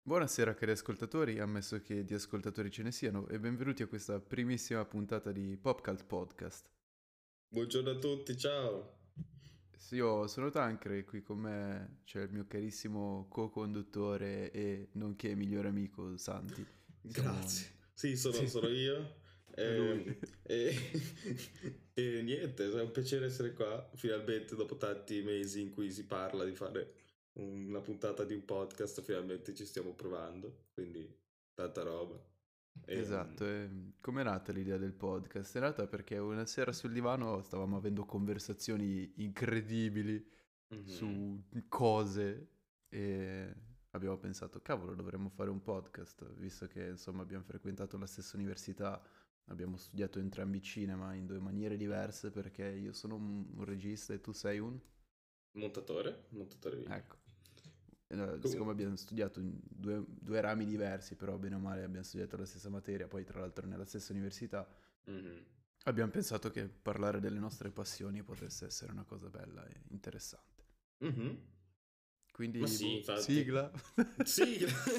Buonasera cari ascoltatori, ammesso che di ascoltatori ce ne siano, e benvenuti a questa primissima puntata di Popcult Podcast. Buongiorno a tutti, ciao. Sì, io sono Tancre e qui con me c'è il mio carissimo co-conduttore e nonché migliore amico Santi. Siamo... Grazie. Sì, sono, Sì, sono io. è lui. E, e niente, è un piacere essere qua, finalmente dopo tanti mesi in cui si parla di fare una puntata di un podcast, finalmente ci stiamo provando, quindi tanta roba. Esatto, Ehm, e com'è nata l'idea del podcast? È nata perché una sera sul divano stavamo avendo conversazioni incredibili mhm. su cose e abbiamo pensato, cavolo, dovremmo fare un podcast, visto che insomma abbiamo frequentato la stessa università, abbiamo studiato entrambi cinema in due maniere diverse perché io sono un regista e tu sei un... Montatore video. Ecco. Siccome Comunque. abbiamo studiato in due rami diversi, però bene o male abbiamo studiato la stessa materia, poi tra l'altro nella stessa università, Mhm. abbiamo pensato che parlare delle nostre passioni potesse essere una cosa bella e interessante. Mhm. Ma Quindi, sì, boh, infatti. sigla. Sì.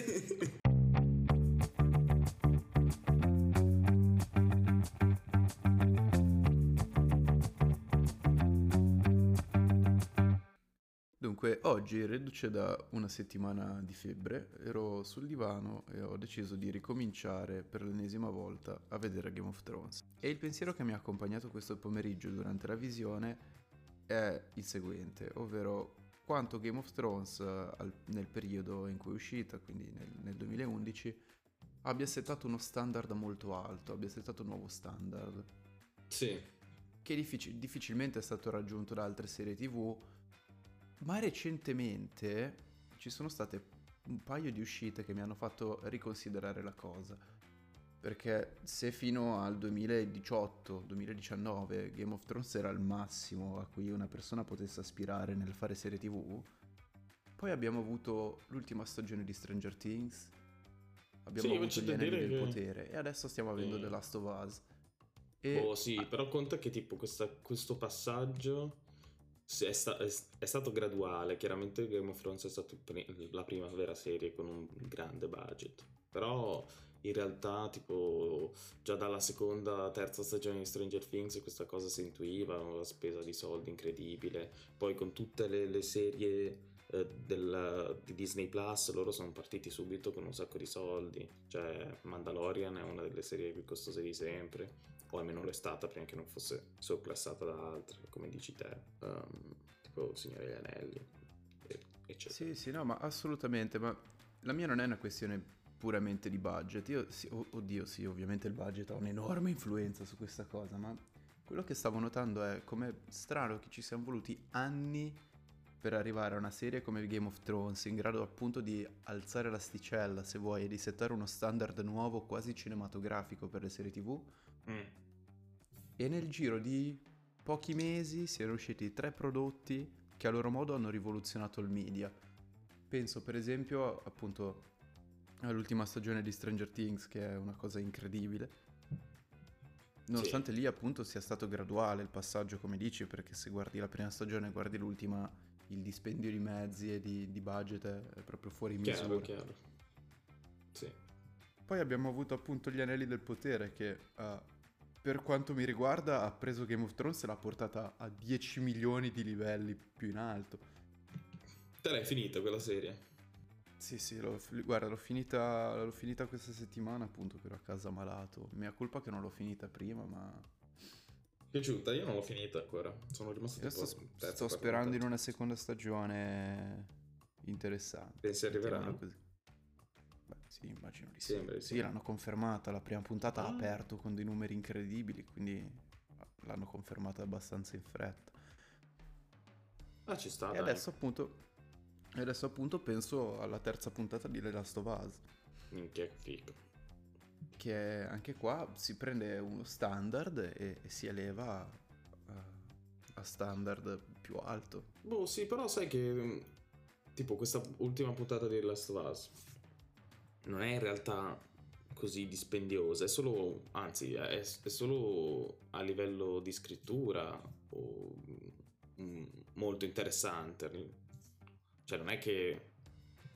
Dunque, oggi, reduce da una settimana di febbre, ero sul divano e ho deciso di ricominciare per l'ennesima volta a vedere Game of Thrones. E il pensiero che mi ha accompagnato questo pomeriggio durante la visione è il seguente, ovvero quanto Game of Thrones nel periodo in cui è uscita, quindi nel 2011, abbia settato uno standard molto alto, abbia settato un nuovo standard, Sì. che difficilmente è stato raggiunto da altre serie TV, ma recentemente ci sono state un paio di uscite che mi hanno fatto riconsiderare la cosa. Perché se fino al 2018-2019 Game of Thrones era il massimo a cui una persona potesse aspirare nel fare serie TV, poi abbiamo avuto l'ultima stagione di Stranger Things, abbiamo Sì, ma avuto c'è Gli da Anelli dire del che. Potere e adesso stiamo avendo The eh, Last of Us. Boh, E sì, però conta che tipo questo passaggio è stato graduale. Chiaramente Game of Thrones è stata la prima vera serie con un grande budget. Però in realtà, tipo, già dalla seconda, terza stagione di Stranger Things questa cosa si intuiva, la spesa di soldi incredibile. Poi con tutte le serie di Disney Plus, loro sono partiti subito con un sacco di soldi. Cioè, Mandalorian è una delle serie più costose di sempre, o almeno lo è stata prima che non fosse sorclassata da altre, come dici te, tipo Signore degli Anelli, eccetera. sì, sì, no, ma assolutamente, ma la mia non è una questione puramente di budget. Io, sì, oddio, sì, ovviamente il budget ha un'enorme influenza su questa cosa, ma quello che stavo notando è come strano che ci siano voluti anni per arrivare a una serie come Game of Thrones, in grado appunto di alzare l'asticella, se vuoi, e di settare uno standard nuovo quasi cinematografico per le serie TV. Mm. E nel giro di pochi mesi siano usciti tre prodotti che a loro modo hanno rivoluzionato il media. Penso per esempio appunto all'ultima stagione di Stranger Things, che è una cosa incredibile. Sì, Nonostante lì appunto sia stato graduale il passaggio, come dici, perché se guardi la prima stagione e guardi l'ultima, il dispendio di mezzi e di budget è proprio fuori chiaro, misura. chiaro. Sì. Poi abbiamo avuto appunto Gli Anelli del Potere che per quanto mi riguarda ha preso Game of Thrones e l'ha portata a 10 milioni di livelli più in alto. Te l'hai finita quella serie? Sì, sì, guarda, l'ho finita questa settimana appunto che ero a casa malato. Mia colpa che non l'ho finita prima, ma Piaciuta? Io non l'ho finita ancora. Sono rimasto adesso tipo terza, sto quarta sperando in puntata. una seconda stagione interessante, Pensi mettiamola arriverà? così. Beh, sì, immagino di sì. Sembra di Sì, sì. l'hanno confermata, la prima puntata ha Ah, aperto con dei numeri incredibili, quindi l'hanno confermata abbastanza in fretta. ah, ci sta, E dai. adesso appunto, e adesso appunto penso alla terza puntata di The Last of Us, Minchia, che figo. che anche qua si prende uno standard e si eleva a standard più alto. Boh, sì, però sai che tipo questa ultima puntata di Last of Us non è in realtà così dispendiosa, è solo, anzi, è solo a livello di scrittura molto interessante. Cioè, non è che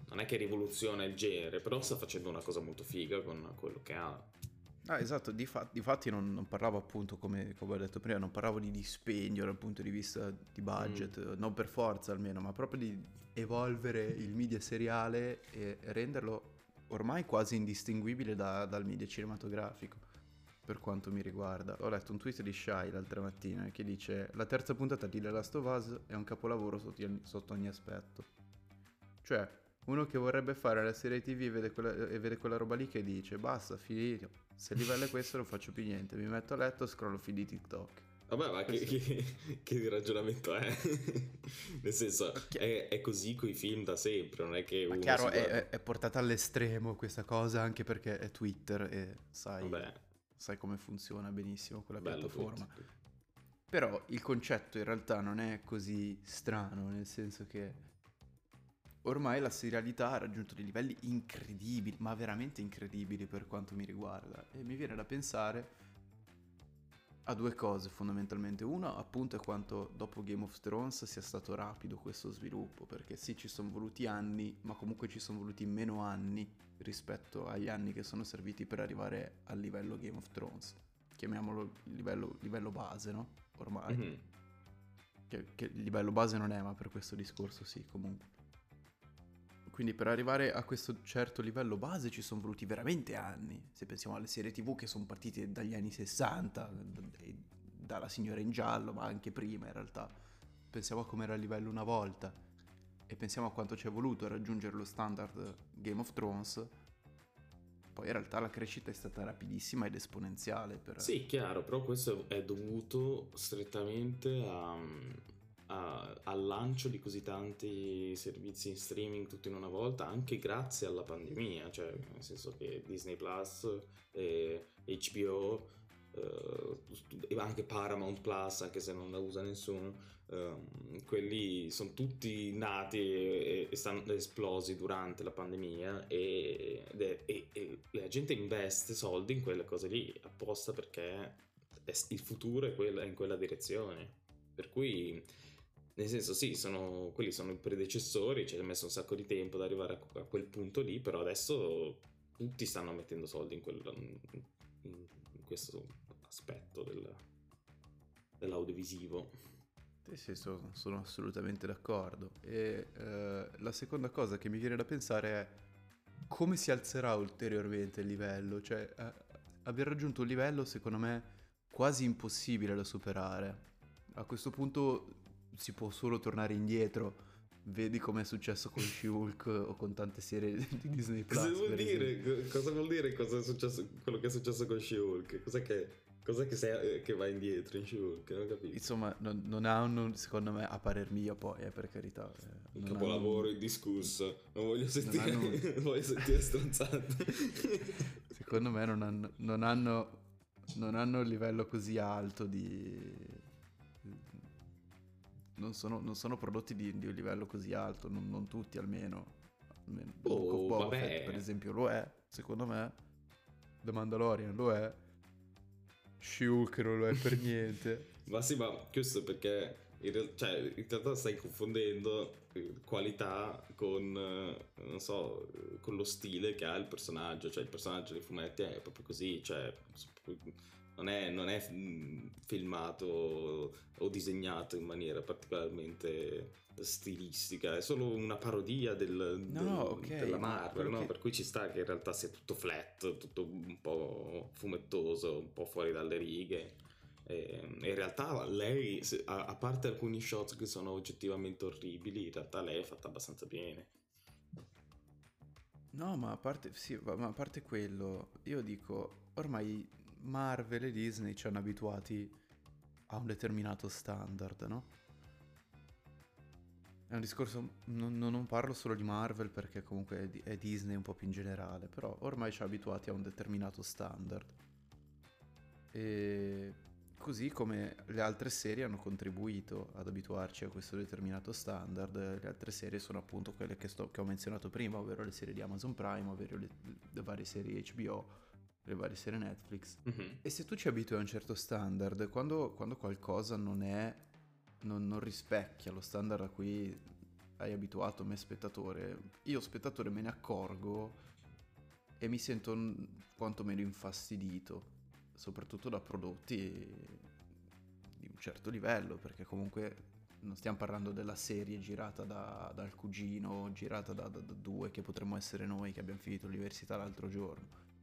non è che rivoluziona il genere, però sta facendo una cosa molto figa con quello che ha. Esatto, difatti non parlavo appunto, come ho detto prima, non parlavo di dispendio dal punto di vista di budget, non per forza almeno, ma proprio di evolvere il media seriale e renderlo ormai quasi indistinguibile dal media cinematografico, per quanto mi riguarda. Ho letto un tweet di Shai l'altra mattina che dice: la terza puntata di The Last of Us è un capolavoro sotto ogni aspetto. Cioè, uno che vorrebbe fare la serie TV e vede quella roba lì che dice: basta, finito. Se il livello è questo non faccio più niente. Mi metto a letto e scrollo feed di TikTok. Vabbè, ma che ragionamento è? Nel senso, è così coi film da sempre, non è che Ma uno chiaro, si guarda... è portata all'estremo questa cosa, anche perché è Twitter e Vabbè, sai come funziona benissimo quella bello piattaforma. Twitter. Però il concetto in realtà non è così strano, nel senso che ormai la serialità ha raggiunto dei livelli incredibili, ma veramente incredibili per quanto mi riguarda. E mi viene da pensare a due cose fondamentalmente. Una appunto è quanto dopo Game of Thrones sia stato rapido questo sviluppo, perché sì, ci sono voluti anni, ma comunque ci sono voluti meno anni rispetto agli anni che sono serviti per arrivare al livello Game of Thrones. Chiamiamolo livello base, no? Ormai. Mhm. Che il livello base non è, ma per questo discorso sì, comunque. Quindi per arrivare a questo certo livello base ci sono voluti veramente anni. Se pensiamo alle serie TV che sono partite dagli anni 60, dalla Signora in Giallo, ma anche prima in realtà. Pensiamo a come era il livello una volta e pensiamo a quanto ci è voluto raggiungere lo standard Game of Thrones. Poi in realtà la crescita è stata rapidissima ed esponenziale Sì, chiaro, però questo è dovuto strettamente al lancio di così tanti servizi in streaming tutto in una volta, anche grazie alla pandemia, cioè nel senso che Disney Plus, HBO, e anche Paramount Plus, anche se non la usa nessuno, quelli sono tutti nati e stanno esplosi durante la pandemia e la gente investe soldi in quelle cose lì apposta perché il futuro è in quella direzione. Per cui, nel senso, sì, quelli sono i predecessori, ci è messo un sacco di tempo ad arrivare a quel punto lì, però adesso tutti stanno mettendo soldi in questo aspetto dell'audiovisivo. Sì, sono assolutamente d'accordo. E la seconda cosa che mi viene da pensare è come si alzerà ulteriormente il livello. Cioè, abbiamo raggiunto un livello, secondo me, quasi impossibile da superare. A questo punto si può solo tornare indietro. Vedi come è successo con She-Hulk o con tante serie di Disney Plus. Cosa vuol per esempio. dire? Cosa vuol dire quello che è successo con She-Hulk? Che va indietro in She-Hulk? Non ho capito. Insomma, non hanno, secondo me, a parer mio poi, per carità. Un Non capolavoro hanno, indiscusso. Non voglio non sentire, hanno non voglio sentire stronzate. secondo me non hanno il livello così alto di... non sono prodotti di un livello così alto, non tutti almeno. Book of Oh, Boba Fett, per vabbè. esempio, lo è, secondo me. The Mandalorian lo è. She-Hulk non lo è per niente. Ma sì, ma questo perché in realtà stai confondendo qualità con, non so, con lo stile che ha il personaggio. Cioè, il personaggio dei fumetti è proprio così, cioè, non è filmato o disegnato in maniera particolarmente stilistica, è solo una parodia No, ok, della ma Marvel, quello no? che... Per cui ci sta che in realtà sia tutto flat, tutto un po' fumettoso, un po' fuori dalle righe. In realtà lei, a parte alcuni shot che sono oggettivamente orribili, in realtà lei è fatta abbastanza bene. No, ma a parte, sì, ma a parte quello, io dico, ormai Marvel e Disney ci hanno abituati a un determinato standard, no? È un discorso, non parlo solo di Marvel perché comunque è Disney un po' più in generale, però ormai ci ha abituati a un determinato standard. E così come le altre serie hanno contribuito ad abituarci a questo determinato standard, le altre serie sono appunto quelle che ho menzionato prima, ovvero le serie di Amazon Prime, ovvero le varie serie HBO, le varie serie Netflix. Mhm. E se tu ci abitui a un certo standard, quando qualcosa non rispecchia lo standard a cui hai abituato me spettatore, io spettatore me ne accorgo e mi sento quantomeno infastidito, soprattutto da prodotti di un certo livello, perché comunque non stiamo parlando della serie girata dal cugino, girata da due che potremmo essere noi che abbiamo finito l'università l'altro giorno.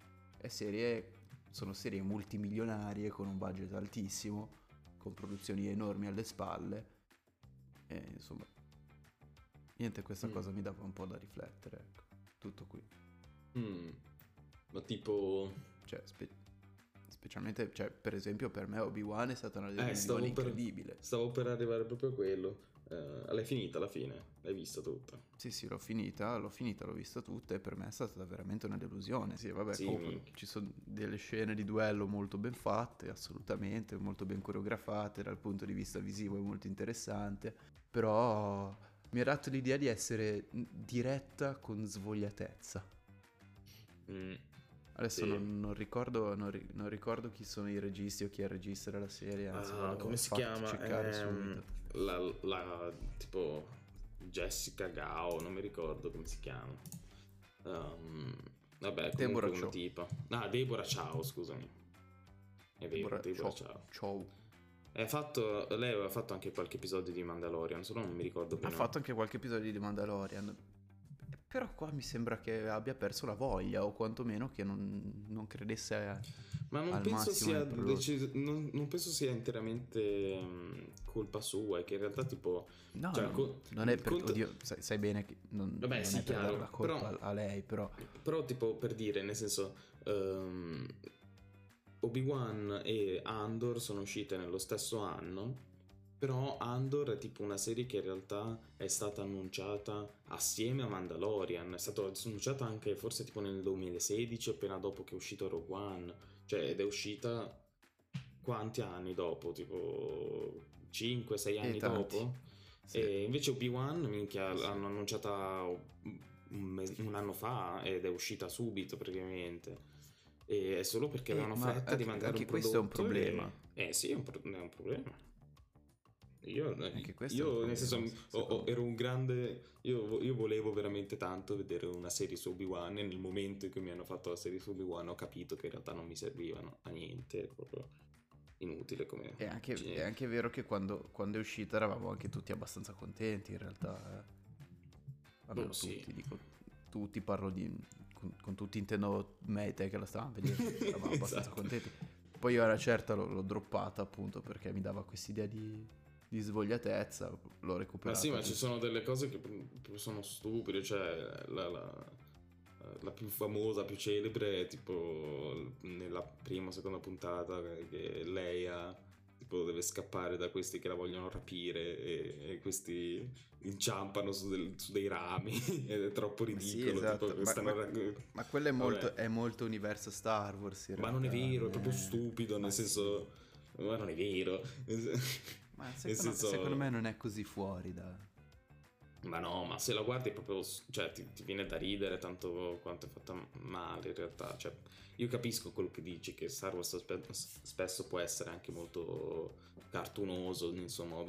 Sono serie multimilionarie con un budget altissimo, con produzioni enormi alle spalle, e insomma, niente, questa cosa mi dava un po' da riflettere, ecco, tutto qui. Ma tipo... Cioè, specialmente, cioè, per esempio, per me Obi-Wan è stata una delusione incredibile. Stavo per arrivare proprio a quello. L'hai finita alla fine? L'hai vista tutta? Sì, l'ho finita, l'ho vista tutta e per me è stata veramente una delusione. Sì, vabbè, comunque ci sono delle scene di duello molto ben fatte, assolutamente, molto ben coreografate, dal punto di vista visivo è molto interessante, però mi ha dato l'idea di essere diretta con svogliatezza. Adesso sì. non ricordo chi sono i registi o chi è il regista della serie, anzi come si chiama? Cercare subito. La tipo Jessica Gao, non mi ricordo come si chiama. Vabbè, comunque Deborah una Chow. tipa. Deborah Chow, scusami. È vero, Deborah Chow. Lei aveva fatto anche qualche episodio di Mandalorian, solo non mi ricordo bene. Ha fatto anche qualche episodio di Mandalorian. Però qua mi sembra che abbia perso la voglia, o quantomeno che non credesse ma non al penso massimo sia non penso sia interamente colpa sua, è che in realtà tipo no, cioè, non è per oddio, sai bene che non vabbè, sì, è per chiaro, dare la colpa però, a lei, però tipo per dire, nel senso Obi-Wan e Andor sono uscite nello stesso anno, però Andor è tipo una serie che in realtà è stata annunciata assieme a Mandalorian, è stata annunciata anche forse tipo nel 2016, appena dopo che è uscito Rogue One, cioè ed è uscita quanti anni dopo? Tipo 5-6 anni tanti. dopo? Sì. E invece Obi-Wan, minchia, l'hanno annunciata un anno fa ed è uscita subito praticamente. E è solo perché avevano fretta di mandare anche un prodotto. questo è un problema. Sì, è un problema. Anche questo Io è un nel problema, senso, ero un grande. Io volevo veramente tanto vedere una serie su Obi-Wan. E nel momento in cui mi hanno fatto la serie su Obi-Wan, ho capito che in realtà non mi servivano a niente. È proprio inutile come. È anche vero che quando è uscita eravamo anche tutti abbastanza contenti, in realtà. Almeno sì. tutti, dico tutti, parlo con tutti intendo me e te che la stavamo vedendo, eravamo abbastanza contenti. Poi io era certa l'ho droppata appunto perché mi dava quest'idea di svogliatezza, l'ho recuperata. Ma sì, ma ci sono delle cose che sono stupide, cioè la più famosa, più celebre è tipo nella prima o seconda puntata che Leia tipo deve scappare da questi che la vogliono rapire e questi inciampano su dei rami ed è troppo ridicolo. Sì, esatto. Tipo, ma quello è molto universo Star Wars in ma realtà, non è vero, è proprio stupido, nel senso. Sì. Ma non è vero. Ma secondo me non è così fuori da. Ma no, ma se la guardi proprio, cioè ti viene da ridere tanto quanto è fatta male in realtà, cioè io capisco quello che dici, che Star Wars spesso può essere anche molto cartunoso nel suo modo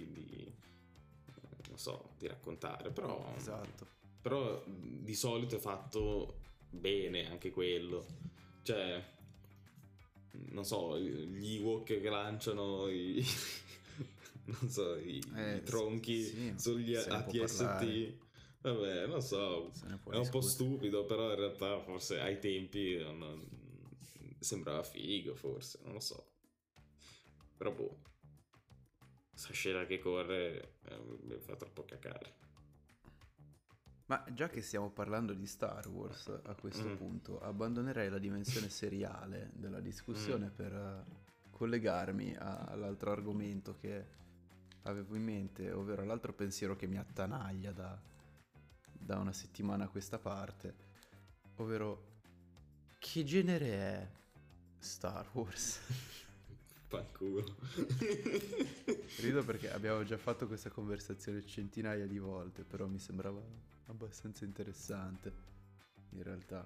non so, di raccontare, però Esatto. Però di solito è fatto bene anche quello, cioè non so, gli Ewok che lanciano non so, i tronchi sugli ATST. Vabbè, non so, è un po' stupido, però in realtà forse ai tempi sembrava figo, forse, non lo so. Però boh, questa scena che corre mi fa troppo cacare. Ma già che stiamo parlando di Star Wars a questo punto, abbandonerei la dimensione seriale della discussione per collegarmi all'altro argomento che avevo in mente, ovvero l'altro pensiero che mi attanaglia da una settimana a questa parte, ovvero che genere è Star Wars? Fanculo. Rido perché abbiamo già fatto questa conversazione centinaia di volte, però mi sembrava abbastanza interessante in realtà.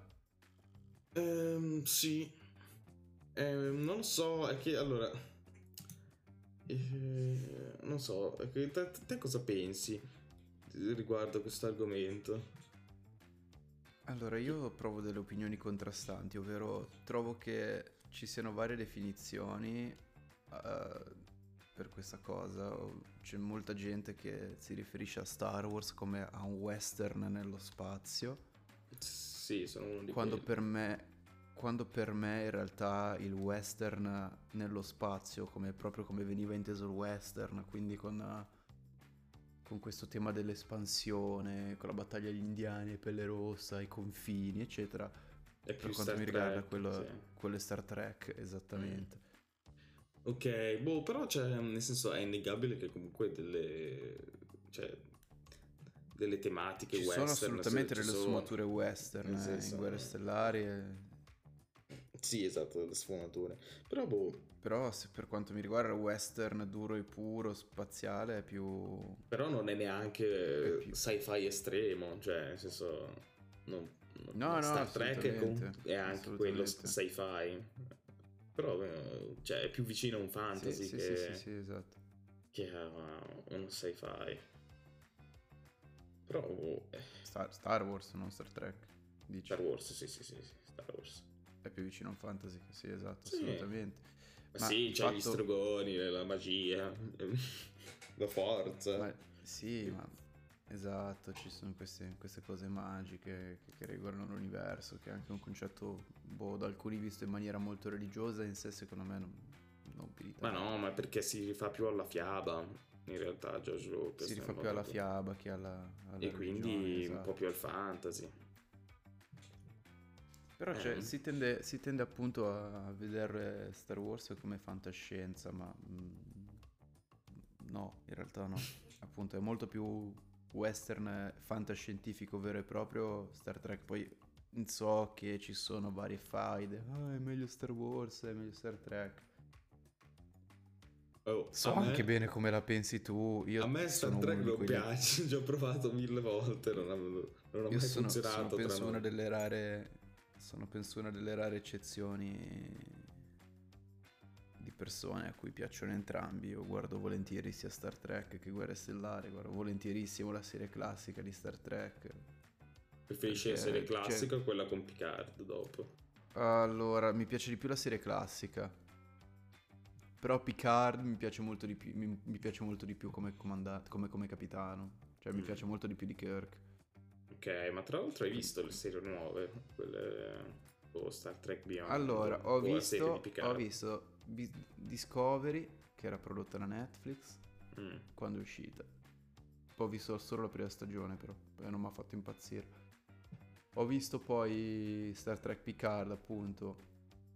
Sì, non lo so, è che allora non so, è che te cosa pensi? riguardo questo argomento? Allora, io provo delle opinioni contrastanti, ovvero trovo che ci siano varie definizioni per questa cosa. C'è molta gente che si riferisce a Star Wars come a un western nello spazio, Sì, sono uno di quando quelli. per me, quando per me in realtà il western nello spazio, proprio come veniva inteso il western, quindi con questo tema dell'espansione, con la battaglia agli indiani, Pelle Rossa, i confini, eccetera. È Per più quanto Star mi riguarda, Trek, sì. quello è Star Trek, Mm. esattamente. Ok, boh, però c'è, nel senso, è innegabile che comunque cioè, delle tematiche Ci sono western assolutamente ci delle sono. sfumature western Nel in senso, Guerre Stellari, sì, esatto, delle sfumature. Però, boh, però per quanto mi riguarda il western duro e puro, spaziale, però non è è neanche più... sci-fi estremo, cioè, nel senso, non- No, no, Star Trek assolutamente, è anche quello assolutamente. sci-fi, però, cioè, è più vicino a un Sì, fantasy sì, sì, sì, sì, esatto. che a uno sci-fi. Però, boh, Star Wars, non Star Trek, dici? Star Wars, sì, sì, sì, sì, Star Wars. È più vicino a un fantasy, sì, esatto, Sì, assolutamente. ma Ma sì, di c'hai gli fatto... strogoni, la magia, la forza. Ma sì, ma esatto, ci sono queste cose magiche che regolano l'universo, che è anche un concetto, boh, da alcuni visto in maniera molto religiosa, in sé secondo me non più di Ma no, tanto. ma perché si rifà più alla fiaba, in realtà, George Si Lucas. rifà più alla fiaba che alla E religione, quindi un po' esatto. più al fantasy. Però Eh, si tende appunto a vedere Star Wars come fantascienza, ma no, in realtà no. Appunto è molto più western fantascientifico vero e proprio Star Trek. Poi so che ci sono varie faide. Ah, è meglio Star Wars, è meglio Star Trek. oh, So anche bene come la pensi tu. a Io me Star sono Trek uno di non quelli. piace, ci ho provato 1000 volte, non ha Io mai sono funzionato tra penso una noi. delle rare. Sono penso una delle rare eccezioni di persone a cui piacciono entrambi. Io guardo volentieri sia Star Trek che Guerre Stellari, guardo volentierissimo la serie classica di Star Trek. Preferisci la serie Perché, cioè, classica o quella con Picard dopo? allora, mi piace di più la serie classica. Però Picard mi piace molto di più, mi piace molto di più come comandante, come capitano. Cioè, mi piace Mm. molto di più di Kirk. Ok, ma tra l'altro hai visto le Quindi- serie nuove? Quelle... o Star Trek Beyond? Allora, O la serie di ho Picard? visto Discovery, che era prodotta da Netflix, Mm. quando è uscita. Poi ho visto solo la prima stagione, però, non mi ha fatto impazzire. Ho visto poi Star Trek Picard, appunto,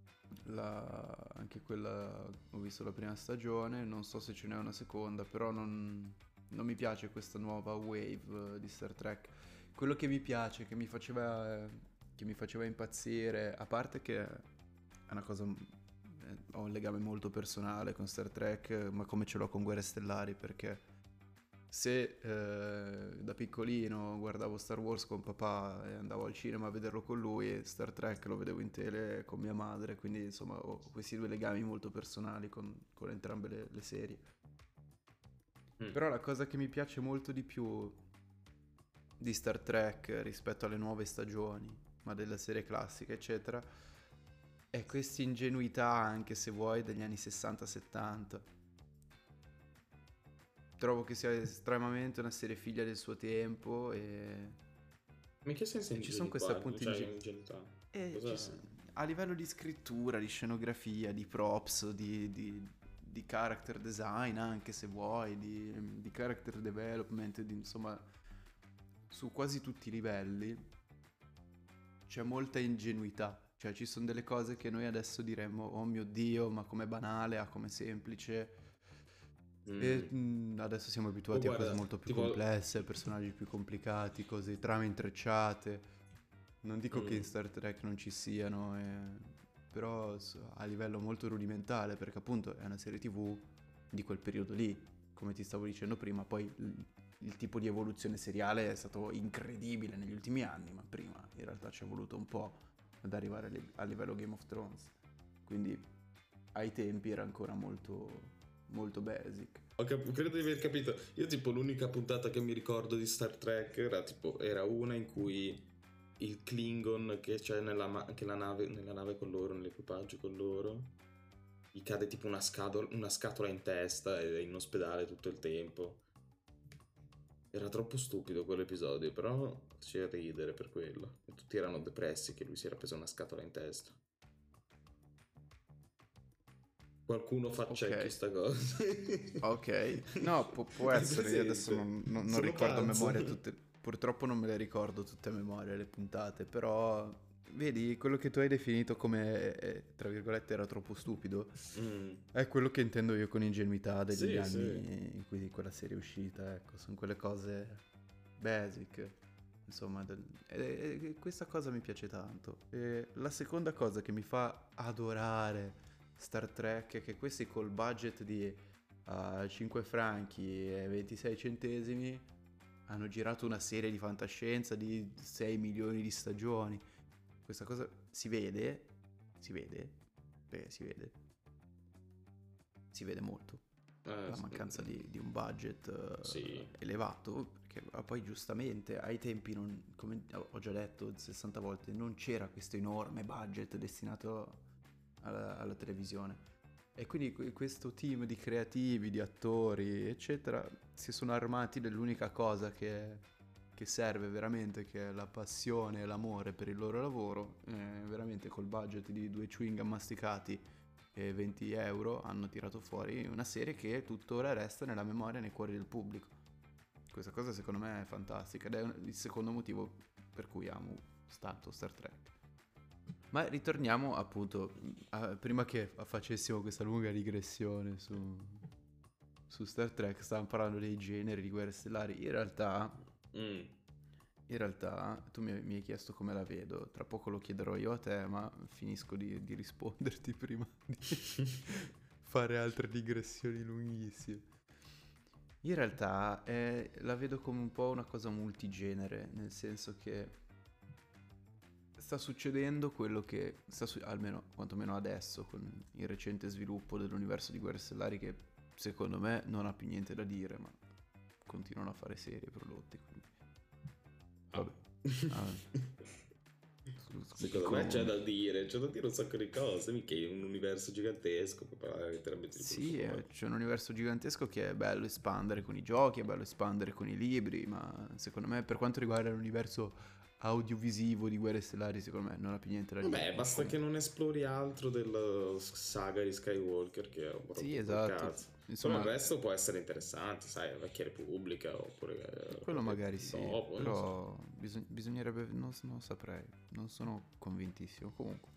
anche quella ho visto la prima stagione, non so se ce n'è una seconda, però non mi piace questa nuova wave di Star Trek. Quello che mi piace, che mi faceva impazzire, a parte che è una cosa, ho un legame molto personale con Star Trek, ma come ce l'ho con Guerre Stellari, perché se da piccolino guardavo Star Wars con papà e andavo al cinema a vederlo con lui, e Star Trek lo vedevo in tele con mia madre, quindi insomma ho questi due legami molto personali con entrambe le serie. Mm. Però la cosa che mi piace molto di più di Star Trek rispetto alle nuove stagioni, ma della serie classica, eccetera, è questa ingenuità, anche se vuoi, degli anni 60-70. Trovo che sia estremamente una serie figlia del suo tempo Ma in che senso e ci sono queste ingenuità? appunto Cioè, ingenuità? e Cosa... a livello di scrittura, di scenografia, di props, di character design anche se vuoi, di character development, insomma su quasi tutti i livelli c'è molta ingenuità. Cioè ci sono delle cose che noi adesso diremmo, oh mio Dio, ma com'è banale, ah com'è semplice. Mm. E adesso siamo Oh, abituati a cose guarda, molto più tipo... complesse, personaggi più complicati, cose, trame intrecciate. Non dico che in Mm. Star Trek non ci siano, però a livello molto rudimentale, perché appunto è una serie TV di quel periodo lì, come ti stavo dicendo prima, poi il tipo di evoluzione seriale è stato incredibile negli ultimi anni, ma prima in realtà ci è voluto un po' ad arrivare a livello Game of Thrones. Quindi ai tempi era ancora molto molto basic. Credo di aver capito. Io tipo l'unica puntata che mi ricordo di Star Trek era una in cui il Klingon che c'è nella nave con loro, nell'equipaggio con loro, gli cade tipo una scatola in testa ed è in ospedale tutto il tempo. Era troppo stupido quell'episodio, però c'è da ridere per quello. E tutti erano depressi che lui si era preso una scatola in testa. Qualcuno fact check Ok, questa cosa. ok. No, può Hai essere, io adesso presente? non Sono ricordo a pazzo. memoria tutte, purtroppo non me le ricordo tutte a memoria le puntate, però vedi, quello che tu hai definito come, tra virgolette, era troppo stupido, Mm. è quello che intendo io con ingenuità degli Sì, sì. anni in cui quella serie è uscita, ecco, sono quelle cose basic, insomma, e questa cosa mi piace tanto. E la seconda cosa che mi fa adorare Star Trek è che questi col budget di 5 franchi e 26 centesimi hanno girato una serie di fantascienza di 6 milioni di stagioni. Questa cosa si vede, si vede, beh, si vede molto la mancanza di un budget Sì. elevato, perché poi giustamente ai tempi, come ho già detto 60 volte, non c'era questo enorme budget destinato alla televisione. E quindi questo team di creativi, di attori, eccetera, si sono armati dell'unica cosa che serve veramente, che è la passione e l'amore per il loro lavoro. Veramente col budget di 2 chewing masticati e 20 euro hanno tirato fuori una serie che tuttora resta nella memoria e nei cuori del pubblico. Questa cosa secondo me è fantastica ed è il secondo motivo per cui amo tanto Star Trek. Ma ritorniamo appunto, prima che facessimo questa lunga digressione su Star Trek, stavamo parlando dei generi di Guerre Stellari. Mm. In realtà tu mi hai chiesto come la vedo, tra poco lo chiederò io a te, ma finisco di risponderti prima di fare altre digressioni lunghissime. In realtà la vedo come un po' una cosa multigenere, nel senso che sta succedendo quello che almeno quantomeno adesso con il recente sviluppo dell'universo di Guerre Stellari, che secondo me non ha più niente da dire, ma continuano a fare serie e prodotti, quindi Ah. vabbè. Ah, Secondo me dico c'è da dire un sacco di cose, mica è un universo gigantesco, puoi parlare letteralmente di quello che sì, vuoi. c'è un universo gigantesco che è bello espandere con i giochi, è bello espandere con i libri, ma secondo me per quanto riguarda l'universo audiovisivo di Guerre Stellari, secondo me non ha più niente da dire. Vabbè, Ma basta che comunque, non esplori altro della saga di Skywalker che ho sì, rotto col esatto. cazzo. Però il Insomma, resto può essere interessante, sai, la Vecchia Repubblica oppure quello magari sì, dopo, non so. però bisognerebbe, non saprei, non sono convintissimo. Comunque,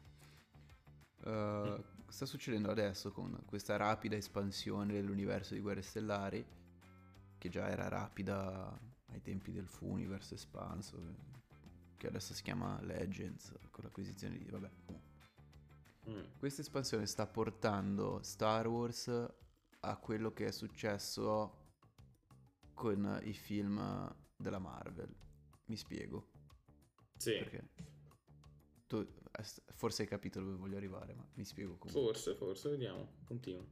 Mm. sta succedendo adesso con questa rapida espansione dell'universo di Guerre Stellari, che già era rapida ai tempi del Funiverse espanso, che adesso si chiama Legends, con l'acquisizione di... vabbè, comunque. Mm. Questa espansione sta portando Star Wars a quello che è successo con i film della Marvel. Mi spiego. Sì, Perché tu forse hai capito dove voglio arrivare, ma mi spiego comunque. forse, vediamo, continua.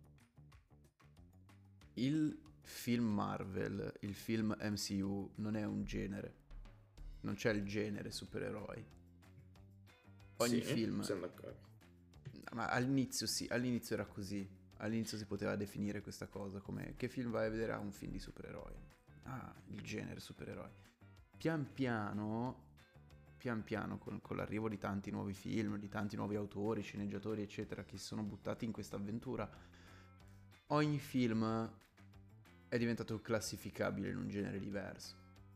Il film Marvel, il film MCU non è un genere. Non c'è il genere supereroi. Ogni Sì, film, siamo d'accordo. ma all'inizio sì, all'inizio era così. All'inizio si poteva definire questa cosa come che film vai a vedere? Ah, un film di supereroi. Ah, il genere supereroi. Pian piano, pian piano, con l'arrivo di tanti nuovi film, di tanti nuovi autori, sceneggiatori, eccetera, che si sono buttati in questa avventura, ogni film è diventato classificabile in un genere diverso.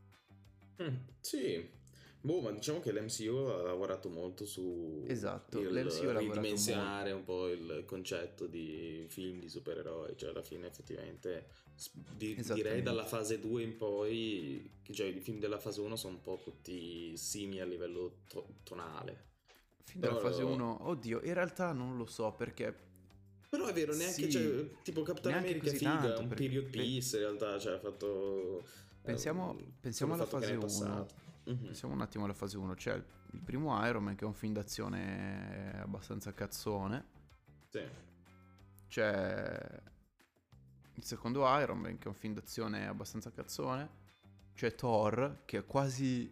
Sì, boh, ma diciamo che l'MCU ha lavorato molto su Esatto, il l'MCU ha lavorato molto. ridimensionare un po' il concetto di film di supereroi, cioè alla fine effettivamente direi dalla Esattamente. fase 2 in poi, che cioè i film della fase 1 sono un po' tutti simili a livello tonale, Fin dalla fase però, 1, oddio, in realtà non lo so perché però è vero, neanche, sì, cioè, tipo Capitan neanche America è così figa, è tanto, un perché period piece in realtà, cioè ha fatto solo pensiamo il alla fatto che ne fase è 1. passato. Mhm. Pensiamo un attimo alla fase 1. C'è il primo Iron Man che è un film d'azione abbastanza cazzone. Sì. C'è il secondo Iron Man, che è un film d'azione abbastanza cazzone. C'è Thor, che è quasi...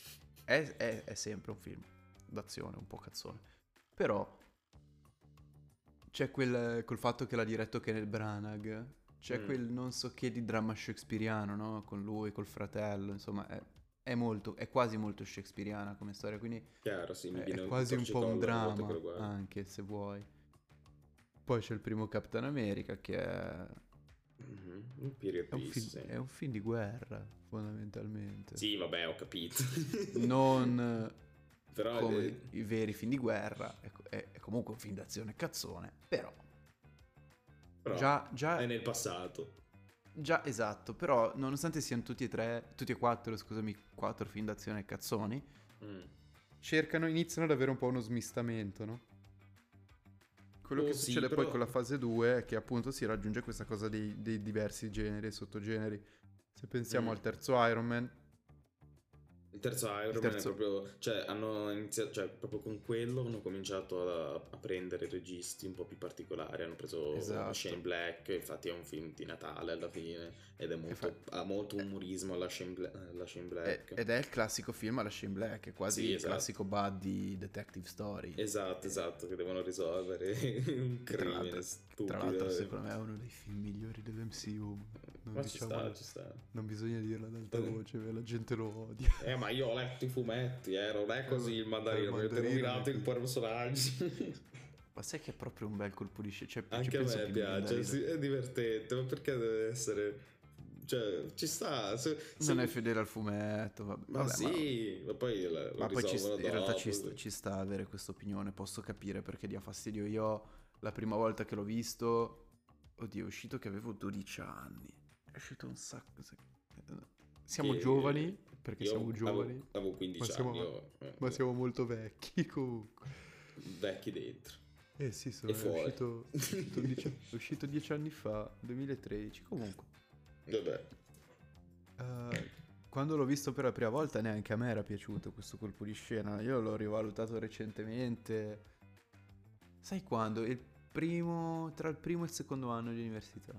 è sempre un film d'azione, un po' cazzone. Però c'è col fatto che l'ha diretto Kenneth Branagh, c'è quel non so che di dramma shakespeariano, no? Con lui, col fratello, insomma, è quasi molto shakespeariana come storia, quindi Chiaro, sì, mi è viene un quasi un po' un torcicollo ogni volta che dramma, lo guardo. anche se vuoi. Poi c'è il primo Capitan America, che Un period è un piece, film, sì. è un film di guerra, fondamentalmente. Sì, vabbè, ho capito. Non Però come i veri film di guerra, è comunque un film d'azione cazzone, però già, è nel passato. già esatto, però nonostante siano tutti e quattro, scusami, quattro film d'azione cazzoni, iniziano ad avere un po' uno smistamento, no? Quello che Sì, succede però... poi con la fase 2 è che appunto si raggiunge questa cosa dei diversi generi e sottogeneri. Se pensiamo al terzo Iron Man, Il terzo Iron Man è proprio, cioè hanno iniziato, cioè proprio con quello hanno cominciato a prendere registi un po' più particolari, hanno preso esatto. Shane Black, infatti è un film di Natale alla fine ed è molto, ha molto umorismo alla Shane Black. Ed è il classico film alla Shane Black, è quasi Sì, il esatto. classico buddy detective story. Esatto, che devono risolvere un crimine stupido. Tra l'altro secondo me è uno dei film migliori dell'MCU. Ma ci sta. Non bisogna dirlo ad alta voce, la gente lo odia. Ma io ho letto i fumetti, non è così il mandarino, mi avete rovinato il personaggio. Ma sai che è proprio un bel colpo di scena? Cioè, anche a me piace, sì, è divertente, ma perché deve essere... Cioè, ci sta. Non è fedele al fumetto, vabbè. Ma sì, ma poi ma poi in realtà dopo. ci sta avere questa opinione, posso capire perché dia fastidio. Io la prima volta che l'ho visto, oddio, è uscito che avevo 12 anni. È uscito un sacco. Siamo giovani, perché siamo giovani. Avevo 15 anni. Ma siamo molto vecchi comunque. Vecchi dentro. Sì, fuori. È uscito 10 anni fa, 2013, comunque. Vabbè. Quando l'ho visto per la prima volta neanche a me era piaciuto questo colpo di scena. Io l'ho rivalutato recentemente. Sai quando? Tra il primo e il secondo anno di università.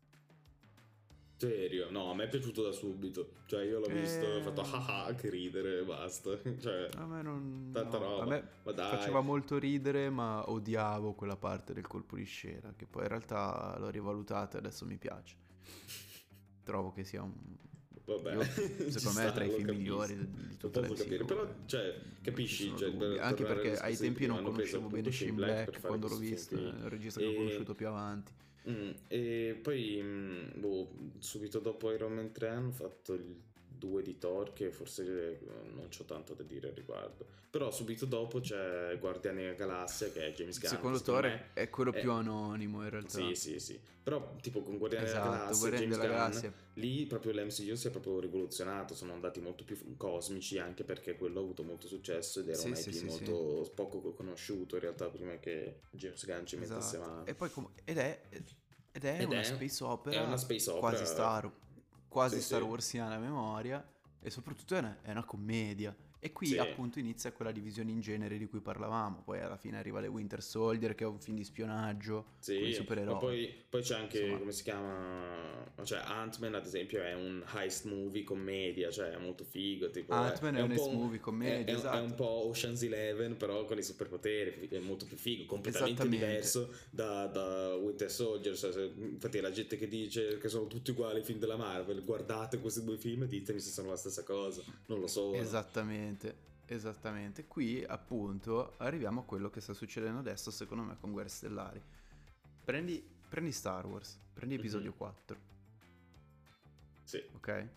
Serio? No, a me è piaciuto da subito. Cioè, io l'ho visto e ho fatto ah che ridere, basta. Cioè, a me non... tanta roba. A me ma dai. faceva molto ridere, ma odiavo quella parte del colpo di scena, che poi in realtà l'ho rivalutata e adesso mi piace. Trovo che sia un... Vabbè, secondo me è tra i film migliori di tutta la capire. Però, cioè, capisci? Anche perché ai tempi non conoscevo bene Shane Black quando l'ho visto, è il regista che ho conosciuto più avanti. E poi, subito dopo Iron Man 3 hanno fatto il 2 di Thor, che forse non c'ho tanto da dire al riguardo. Però subito dopo c'è Guardiani della Galassia, che è James Gunn. Secondo Thor è quello più anonimo in realtà. Sì. Però tipo con Guardiani della Galassia, Guardiani James della Gunn, Galassia. lì proprio l'MCU si è proprio rivoluzionato, sono andati molto più cosmici, anche perché quello ha avuto molto successo ed era un IP molto poco conosciuto in realtà prima che James Gunn ci mettesse mano. E poi ed è una space opera, è una space opera quasi Star Warsiana a memoria, e soprattutto è una commedia. E qui appunto inizia quella divisione in genere di cui parlavamo. Poi alla fine arriva The Winter Soldier, che è un film di spionaggio con i supereroi. Ma poi c'è anche, insomma, come si chiama? Cioè Ant-Man ad esempio è un heist movie commedia, cioè è molto figo, tipo, Ant-Man è un heist movie commedia, esatto. È un po' Ocean's Eleven però con i superpoteri, è molto più figo, completamente diverso da Winter Soldier. Infatti la gente che dice che sono tutti uguali i film della Marvel, guardate questi due film e ditemi se sono la stessa cosa, non lo so. Esattamente. Qui appunto arriviamo a quello che sta succedendo adesso secondo me con Guerre Stellari. Prendi Star Wars, prendi episodio 4. Sì. Ok?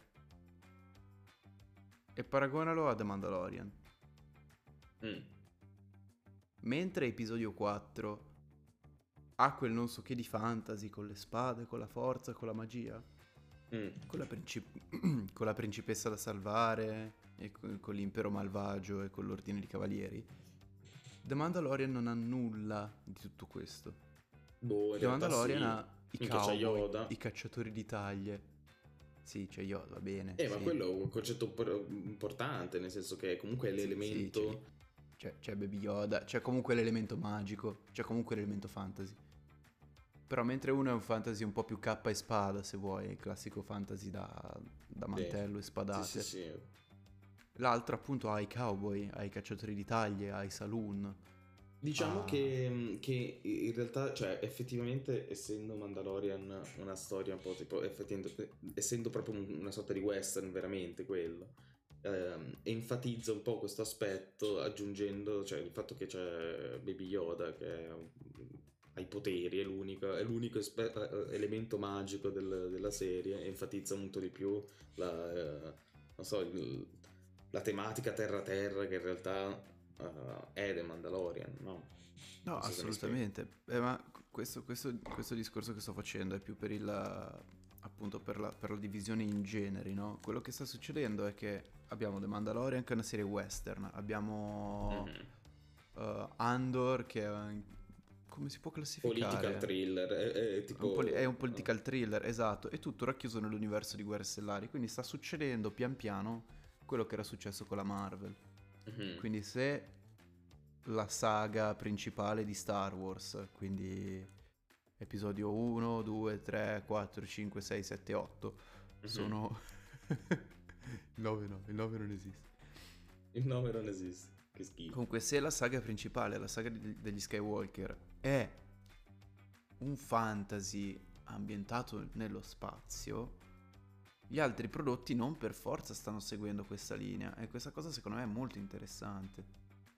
E paragonalo a The Mandalorian. Mentre episodio 4 ha quel non so che di fantasy con le spade, con la forza, con la magia, con la principessa da salvare e con l'impero malvagio e con l'ordine di cavalieri, The Mandalorian non ha nulla di tutto questo. The Mandalorian ha i cowboy, i cacciatori di taglie. Sì, c'è Yoda, va bene. Ma quello è un concetto importante, nel senso che comunque è l'elemento... C'è Baby Yoda, c'è comunque l'elemento magico, c'è comunque l'elemento fantasy. Però mentre uno è un fantasy un po' più cappa e spada, se vuoi, il classico fantasy da mantello e Sì, sì, spadate. sì. L'altro appunto ha i cowboy, ha i cacciatori di taglie, ha i saloon. Diciamo ha... che in realtà, cioè, effettivamente, essendo Mandalorian una storia un po' tipo, effettivamente, essendo proprio una sorta di western veramente quello, enfatizza un po' questo aspetto aggiungendo, cioè, il fatto che c'è Baby Yoda che ha i poteri, è l'unico elemento magico della serie, enfatizza molto di più non so, la tematica terra-terra che in realtà è The Mandalorian, no? No, Non so se mi spiego. assolutamente. Ma questo discorso che sto facendo è più per appunto per la divisione in generi, no? Quello che sta succedendo è che abbiamo The Mandalorian che è una serie western, abbiamo Mhm. Andor che è, come si può Political classificare? thriller, è È un tipo... political thriller, esatto, è tutto racchiuso nell'universo di Guerre Stellari, quindi sta succedendo pian piano quello che era successo con la Marvel. mhm. Quindi se la saga principale di Star Wars, quindi episodio 1, 2, 3, 4, 5, 6, 7, 8, Mhm. sono... il 9 no, il 9 non esiste. Il nome non esiste, che schifo. Comunque se la saga principale, la saga degli Skywalker, è un fantasy ambientato nello spazio, gli altri prodotti non per forza stanno seguendo questa linea e questa cosa secondo me è molto interessante.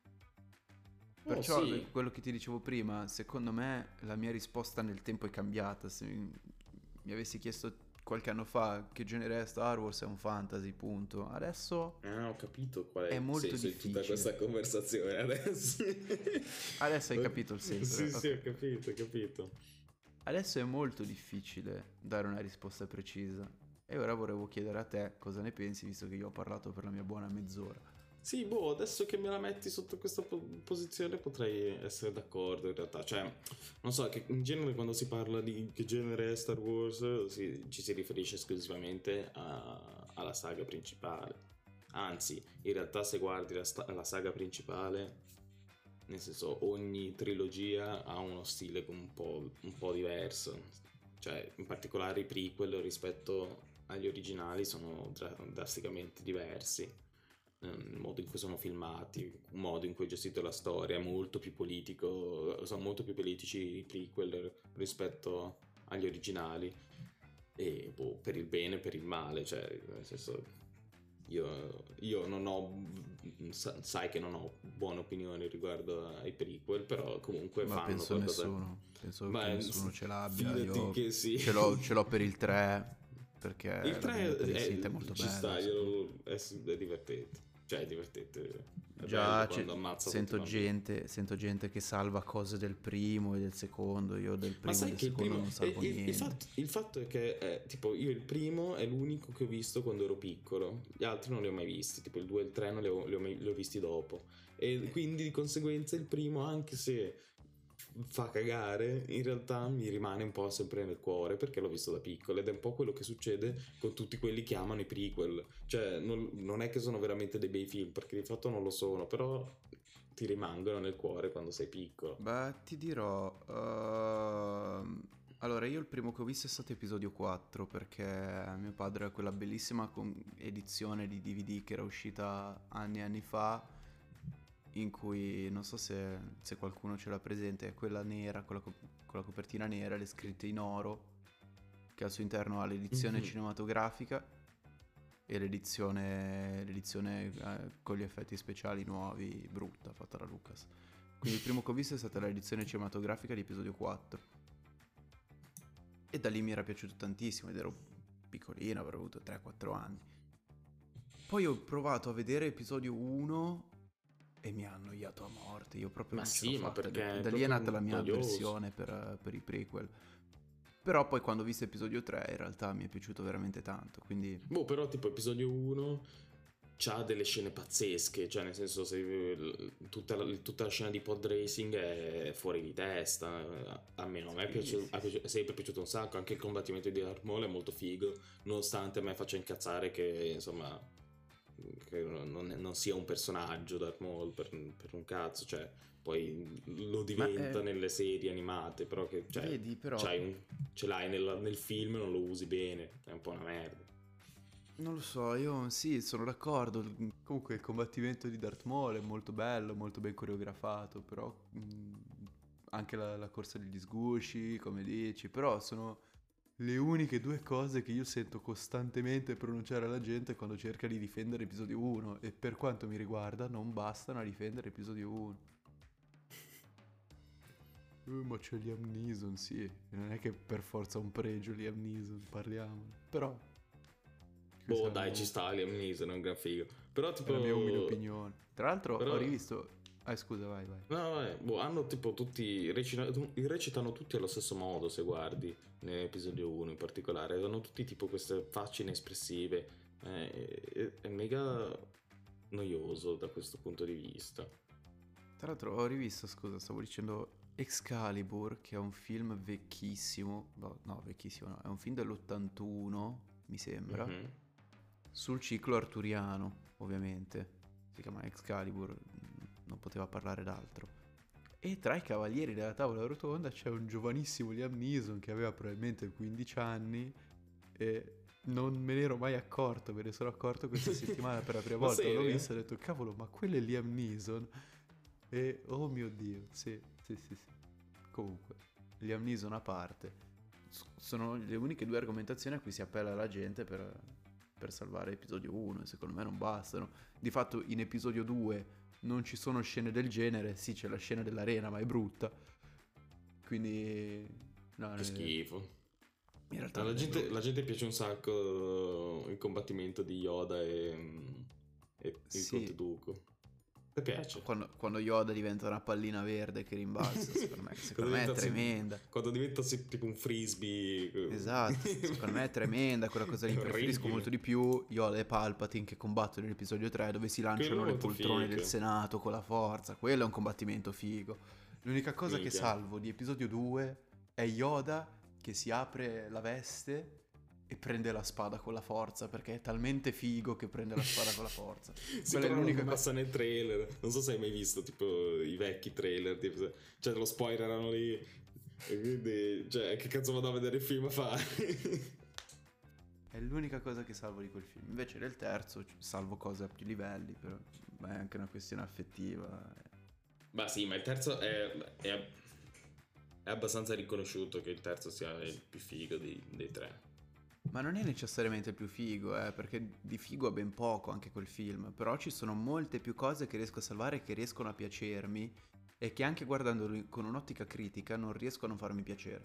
Oh Perciò sì, quello che ti dicevo prima, secondo me la mia risposta nel tempo è cambiata. Se mi avessi chiesto qualche anno fa che genere è Star Wars, è un fantasy, punto. Adesso ho capito qual è è il molto senso di tutta questa difficile. conversazione adesso. Adesso hai capito il senso, Sì, sì, ok. ho capito, ho capito. Adesso è molto difficile dare una risposta precisa. E ora volevo chiedere a te cosa ne pensi, visto che io ho parlato per la mia buona mezz'ora. Sì, boh, adesso che me la metti sotto questa posizione potrei essere d'accordo in realtà. Cioè, non so, che in genere quando si parla di che genere è Star Wars ci si riferisce esclusivamente alla saga principale. Anzi, in realtà se guardi la saga principale, nel senso ogni trilogia ha uno stile un po' diverso. Cioè, in particolare i prequel rispetto agli originali sono drasticamente diversi. Il modo in cui sono filmati, il modo in cui è gestito la storia è molto più politico, sono molto più politici i prequel rispetto agli originali e boh, per il bene e per il male, cioè nel senso io non ho, sai che non ho buone opinioni riguardo ai prequel, però comunque Ma fanno qualcosa, penso che ma nessuno ce l'abbia. fidati Io che sì. ce l'ho per il 3 Il perché la 3 vignetta dei Sith è molto ci bella, sta, secondo me. è divertente. Cioè, è divertente. È bello Già quando ammazza tutti i bambini. sento gente che salva cose del primo e del secondo, io del Ma primo e sai del che il secondo primo. non salvo niente. Il fatto è che, tipo, io il primo è l'unico che ho visto quando ero piccolo. Gli altri non li ho mai visti. Tipo, il 2 e il 3 non li ho visti dopo. E quindi di conseguenza il primo, anche se fa cagare, in realtà mi rimane un po' sempre nel cuore perché l'ho visto da piccolo ed è un po' quello che succede con tutti quelli che amano i prequel. Cioè, non è che sono veramente dei bei film, perché di fatto non lo sono, però ti rimangono nel cuore quando sei piccolo. Beh, ti dirò, allora io il primo che ho visto è stato episodio 4 perché mio padre ha quella bellissima edizione di DVD che era uscita anni e anni fa in cui non so se qualcuno ce l'ha presente, è quella nera con la copertina nera, le scritte in oro che al suo interno ha l'edizione Mhm. cinematografica e l'edizione con gli effetti speciali nuovi, brutta, fatta da Lucas. Quindi il primo che ho visto è stata l'edizione cinematografica di episodio 4. E da lì mi era piaciuto tantissimo ed ero piccolino, avrò avuto 3-4 anni. Poi ho provato a vedere episodio 1 e mi ha annoiato a morte, io proprio Ma non ce l'ho sì, ma fatta. perché è Da lì è nata proprio la mia noioso. avversione per i prequel. Però poi quando ho visto episodio 3 in realtà mi è piaciuto veramente tanto, quindi... Boh, però tipo episodio 1 c'ha delle scene pazzesche, cioè nel senso tutta la scena di pod racing è fuori di testa. A me Sì, sì, sì. è sempre piaciuto un sacco, anche il combattimento di Darth Maul è molto figo, nonostante a me faccia incazzare che insomma che non sia un personaggio Darth Maul per un cazzo, cioè poi lo diventa nelle serie animate, però che cioè, vedi, però ce l'hai nel film e non lo usi bene, è un po' una merda. non lo so, io sì, sono d'accordo. Comunque il combattimento di Darth Maul è molto bello, molto ben coreografato, però anche la corsa degli sgusci, come dici, però sono le uniche due cose che io sento costantemente pronunciare alla gente quando cerca di difendere episodio 1 e per quanto mi riguarda non bastano a difendere episodio 1. Ma c'è Liam Neeson, sì, non è che per forza un pregio Liam Neeson, parliamo. Però questa Boh, è la dai, mia, ci sta, Liam Neeson è un gran figo. Però è la mia umile tipo... opinione. Tra l'altro ho Però... rivisto... scusa, vai, vai. No, boh, hanno tipo tutti... recitano tutti allo stesso modo, se guardi, nell'episodio 1 in particolare. Hanno tutti tipo queste facce inespressive. È mega noioso da questo punto di vista. Tra l'altro ho rivisto, scusa, stavo dicendo Excalibur, che è un film vecchissimo, no, vecchissimo no, è un film dell'81, mi sembra, Mhm. sul ciclo arturiano, ovviamente. Si chiama Excalibur, non poteva parlare d'altro. E tra i cavalieri della tavola rotonda c'è un giovanissimo Liam Neeson che aveva probabilmente 15 anni e non me ne ero mai accorto, me ne sono accorto questa settimana per la prima Ma volta, l'ho serio? visto e ho detto cavolo, ma quello è Liam Neeson? E oh mio Dio, sì, sì, sì, sì. Comunque, Liam Neeson a parte, sono le uniche due argomentazioni a cui si appella la gente per salvare episodio 1 e secondo me non bastano. Di fatto in episodio 2 non ci sono scene del genere, sì c'è la scena dell'arena ma è brutta, quindi no, Che schifo. in realtà Alla non è gente, brutta. la gente piace un sacco il combattimento di Yoda e il Conte Sì, Dooku. Ti piace? quando Yoda diventa una pallina verde che rimbalza, secondo me è tremenda. Quando diventa tipo un frisbee. Esatto, secondo me è tremenda quella cosa lì, È preferisco molto orribile. di più Yoda e Palpatine che combattono nell'episodio 3 dove si Quello lanciano è le molto poltrone del figo. Senato con la forza, quello è un combattimento figo. L'unica cosa che Minchia. salvo di episodio 2 è Yoda che si apre la veste e prende la spada con la forza perché è talmente figo che prende la spada con la forza. Sì, Quella è però non l'unica cosa. passa nei trailer. Non so se hai mai visto tipo i vecchi trailer. Tipo, cioè, lo spoiler erano lì. E quindi, cioè, che cazzo vado a vedere il film a fare? È l'unica cosa che salvo di quel film. Invece nel terzo salvo cose a più livelli, però è anche una questione affettiva. Ma sì, ma il terzo è abbastanza riconosciuto che il terzo sia il più figo dei tre. Ma non è necessariamente il più figo, perché di figo ha ben poco anche quel film, però ci sono molte più cose che riesco a salvare e che riescono a piacermi e che anche guardandolo con un'ottica critica non riescono a non farmi piacere.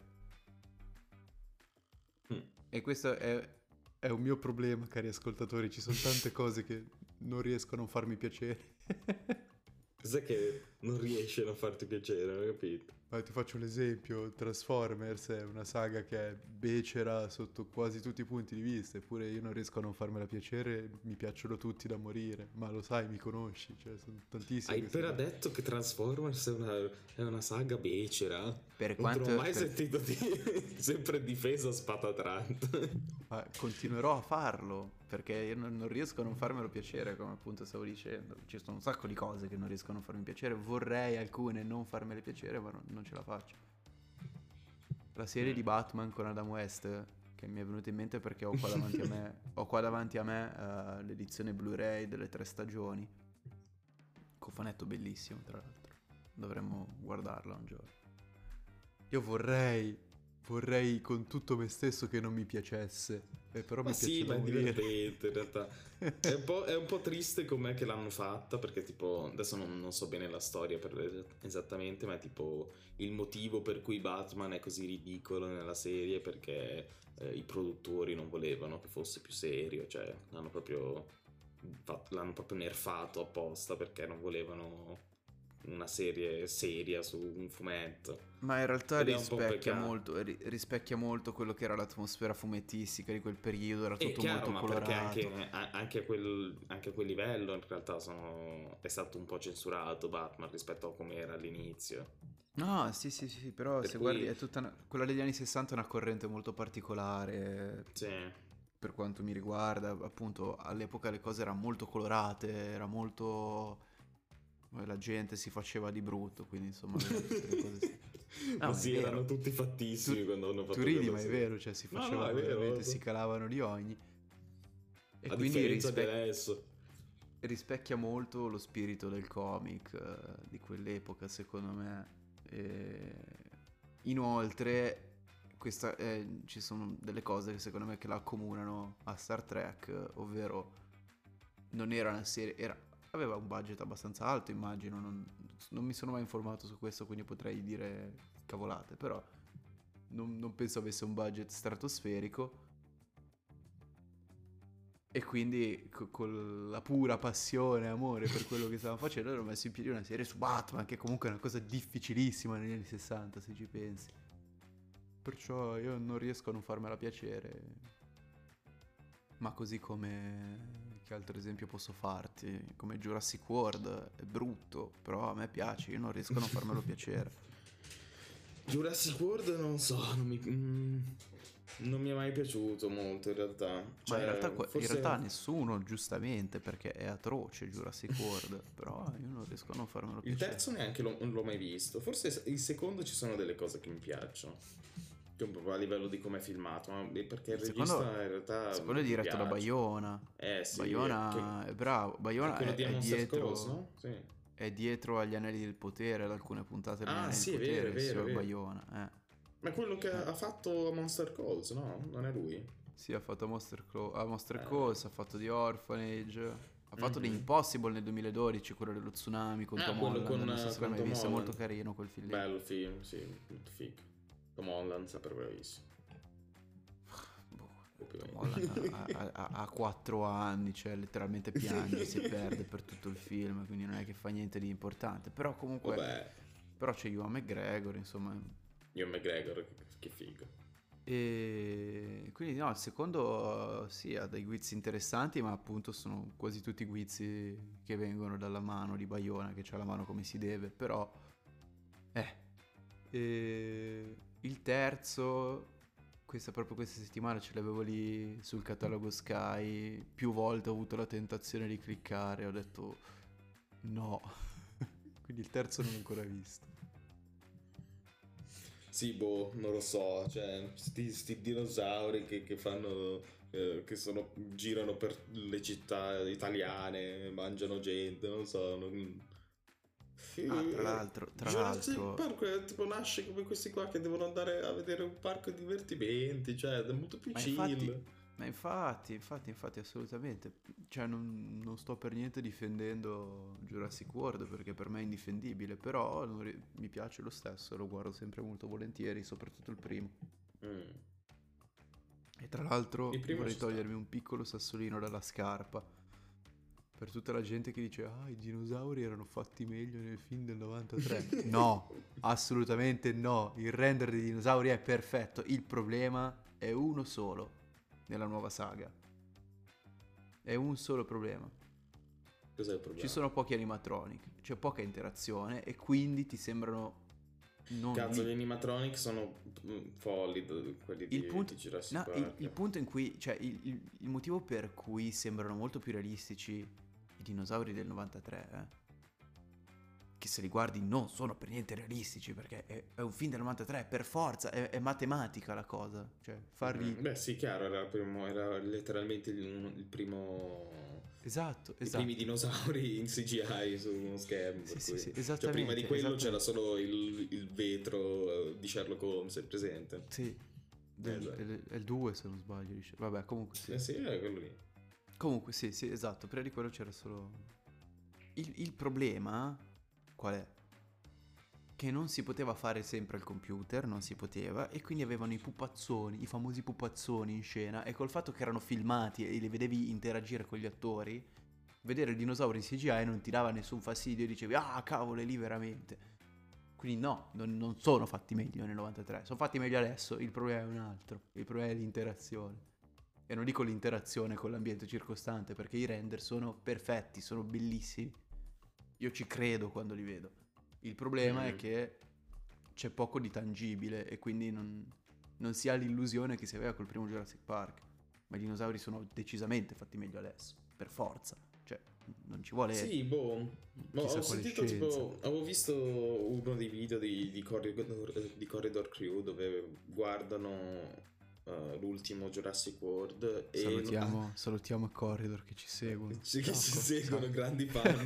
Mm. E questo è un mio problema, cari ascoltatori, ci sono tante cose che non riescono a non farmi piacere. Cos'è che non riesce a farti piacere, non ho capito? Ma ti faccio un esempio, Transformers è una saga che è becera sotto quasi tutti i punti di vista, eppure io non riesco a non farmela piacere, mi piacciono tutti da morire, ma lo sai, mi conosci, cioè sono tantissimi Hai questi appena casi. detto che Transformers è una saga becera. Per Non te l'ho quanto... mai sentito dire. Sempre difesa spatatrant. Ma continuerò a farlo, perché io non riesco a non farmelo piacere, come appunto stavo dicendo. Ci sono un sacco di cose che non riescono a farmi piacere, vorrei alcune non farmele piacere, ma non ce la faccio. La serie di Batman con Adam West, che mi è venuta in mente perché ho qua davanti a me, l'edizione Blu-ray delle 3 stagioni. Cofanetto bellissimo, tra l'altro. Dovremmo guardarla un giorno. Io vorrei con tutto me stesso che non mi piacesse, però Ma mi sì, piace ma da è morire. divertente in realtà. È un po' triste com'è che l'hanno fatta, perché tipo, adesso non so bene la storia esattamente, ma è tipo il motivo per cui Batman è così ridicolo nella serie, perché i produttori non volevano che fosse più serio, cioè l'hanno proprio nerfato apposta perché non volevano una serie seria su un fumetto. Ma in realtà Ed è un po' un peccato. rispecchia molto quello che era l'atmosfera fumettistica di quel periodo, era È tutto chiaro, molto ma perché colorato. anche a quel livello in realtà è stato un po' censurato Batman rispetto a come era all'inizio. No, sì, sì, sì, però Per se guardi cui, è tutta quella degli anni 60 è una corrente molto particolare. sì. per quanto mi riguarda, appunto all'epoca le cose erano molto colorate, era molto... la gente si faceva di brutto, quindi insomma aveva tutte le cose... No, Ma ma è sì, erano vero. tutti fattissimi quando hanno Tu fatto ridi, quella ma è serie. vero, cioè si No, no, è facevano vero, lo veramente, so. si calavano di ogni. E A quindi differenza di adesso. rispecchia molto lo spirito del comic di quell'epoca, secondo me. Inoltre, ci sono delle cose che secondo me che la accomunano a Star Trek, ovvero non era una serie, aveva un budget abbastanza alto, immagino, non mi sono mai informato su questo, quindi potrei dire cavolate, però non penso avesse un budget stratosferico. E quindi con la pura passione e amore per quello che stavano facendo hanno messo in piedi una serie su Batman, che comunque è una cosa difficilissima negli anni 60 se ci pensi. Perciò io non riesco a non farmela piacere. Ma così come... Che altro esempio posso farti? Come Jurassic World, è brutto, però a me piace, io non riesco a non farmelo piacere. Jurassic World non so, non mi è mai piaciuto molto in realtà. Ma in realtà, Cioè, in realtà forse nessuno, giustamente, perché è atroce Jurassic World, però io non riesco a non farmelo il piacere. terzo neanche non l'ho mai visto. Forse il secondo ci sono delle cose che mi piacciono. Che un po' a livello di come è filmato, ma perché il Il secondo, regista in realtà il secondo è mi diretto da piace. Bayona. Sì, Bayona è bravo. è Bayona quello di A è Monster Calls, dietro. no? Sì. È dietro agli Anelli del Potere, ad alcune puntate degli Ah, Anelli del sì, è vero, Potere, è il vero, è signor vero. Bayona. Ma è quello che Eh. ha fatto Monster Calls, no? Non è lui? Sì, ha fatto Monster Eh, Calls, ha fatto The Orphanage. Ha fatto The mhm. Impossible nel 2012, quello dello tsunami con Tom Quello Holland. Non so se l'hai con mai Tom visto, è molto Holland. carino quel film lì. Bello film, sì, molto figo. Tom Holland, sempre bravissimo. Boh, Tom Ovviamente. Holland ha 4 anni, cioè letteralmente piange, si perde per tutto il film, quindi non è che fa niente di importante. Però comunque, Vabbè, però c'è Ewan McGregor, insomma. Ewan McGregor, che figo. E quindi no, il secondo sì, ha dei guizzi interessanti, ma appunto sono quasi tutti guizzi che vengono dalla mano di Bayona, che c'ha la mano come si deve, però... il terzo, proprio questa settimana ce l'avevo lì sul catalogo Sky, più volte ho avuto la tentazione di cliccare, ho detto no, quindi il terzo non l'ho ancora visto. Sì, boh, non lo so, cioè, sti dinosauri che fanno, girano per le città italiane, mangiano gente, non so, Ah, tra Jurassic l'altro... Park tipo nasce come questi qua che devono andare a vedere un parco divertimenti, cioè, è molto più Ma chill. infatti, assolutamente. Cioè, non sto per niente difendendo Jurassic World perché per me è indifendibile, però mi piace lo stesso, lo guardo sempre molto volentieri, soprattutto il primo. Mm. E tra Il l'altro primo vorrei ci sta. togliermi un piccolo sassolino dalla scarpa per tutta la gente che dice i dinosauri erano fatti meglio nel film del 93. No, assolutamente no. Il render dei dinosauri è perfetto. Il problema è uno solo nella nuova saga. È un solo problema. Cos'è il Ci problema? sono pochi animatronic, c'è poca interazione e quindi ti sembrano non Cazzo, gli lì. animatronic sono folli, quelli Il punto, di Jurassic no, il Park. punto in cui, cioè il motivo per cui sembrano molto più realistici i dinosauri del 93, che se li guardi non sono per niente realistici perché è un film del 93, per forza, è matematica la cosa, cioè farli... Beh, sì, chiaro, era letteralmente il primo. Esatto, I primi esatto. dinosauri in CGI su uno schermo. Sì, Per sì, cui. sì, Cioè, prima di esattamente, quello c'era esattamente. solo il vetro di Sherlock Holmes, è presente? Sì, Esatto. è il 2 se non sbaglio, dice. Vabbè, comunque sì. Sì, è quello lì. Comunque sì, sì, esatto, prima di quello c'era solo... Il problema qual è? Che non si poteva fare sempre al computer, non si poteva, e quindi avevano i pupazzoni, i famosi pupazzoni in scena, e col fatto che erano filmati e li vedevi interagire con gli attori, vedere il dinosauro in CGI non ti dava nessun fastidio e dicevi, ah cavolo, è lì veramente. Quindi no, non sono fatti meglio nel 93, sono fatti meglio adesso, il problema è un altro, il problema è l'interazione. E non dico l'interazione con l'ambiente circostante, perché i render sono perfetti, sono bellissimi. Io ci credo quando li vedo. Il problema è Mm. che c'è poco di tangibile e quindi non si ha l'illusione che si aveva col primo Jurassic Park. Ma i dinosauri sono decisamente fatti meglio adesso, per forza. Cioè, non ci vuole Sì, boh. Ma chissà ho quale sentito scienza. tipo, avevo visto uno dei video di Corridor Crew dove guardano l'ultimo Jurassic World e Salutiamo i Corridor che ci seguono. che Ciao, ci seguono, ciao. grandi fan.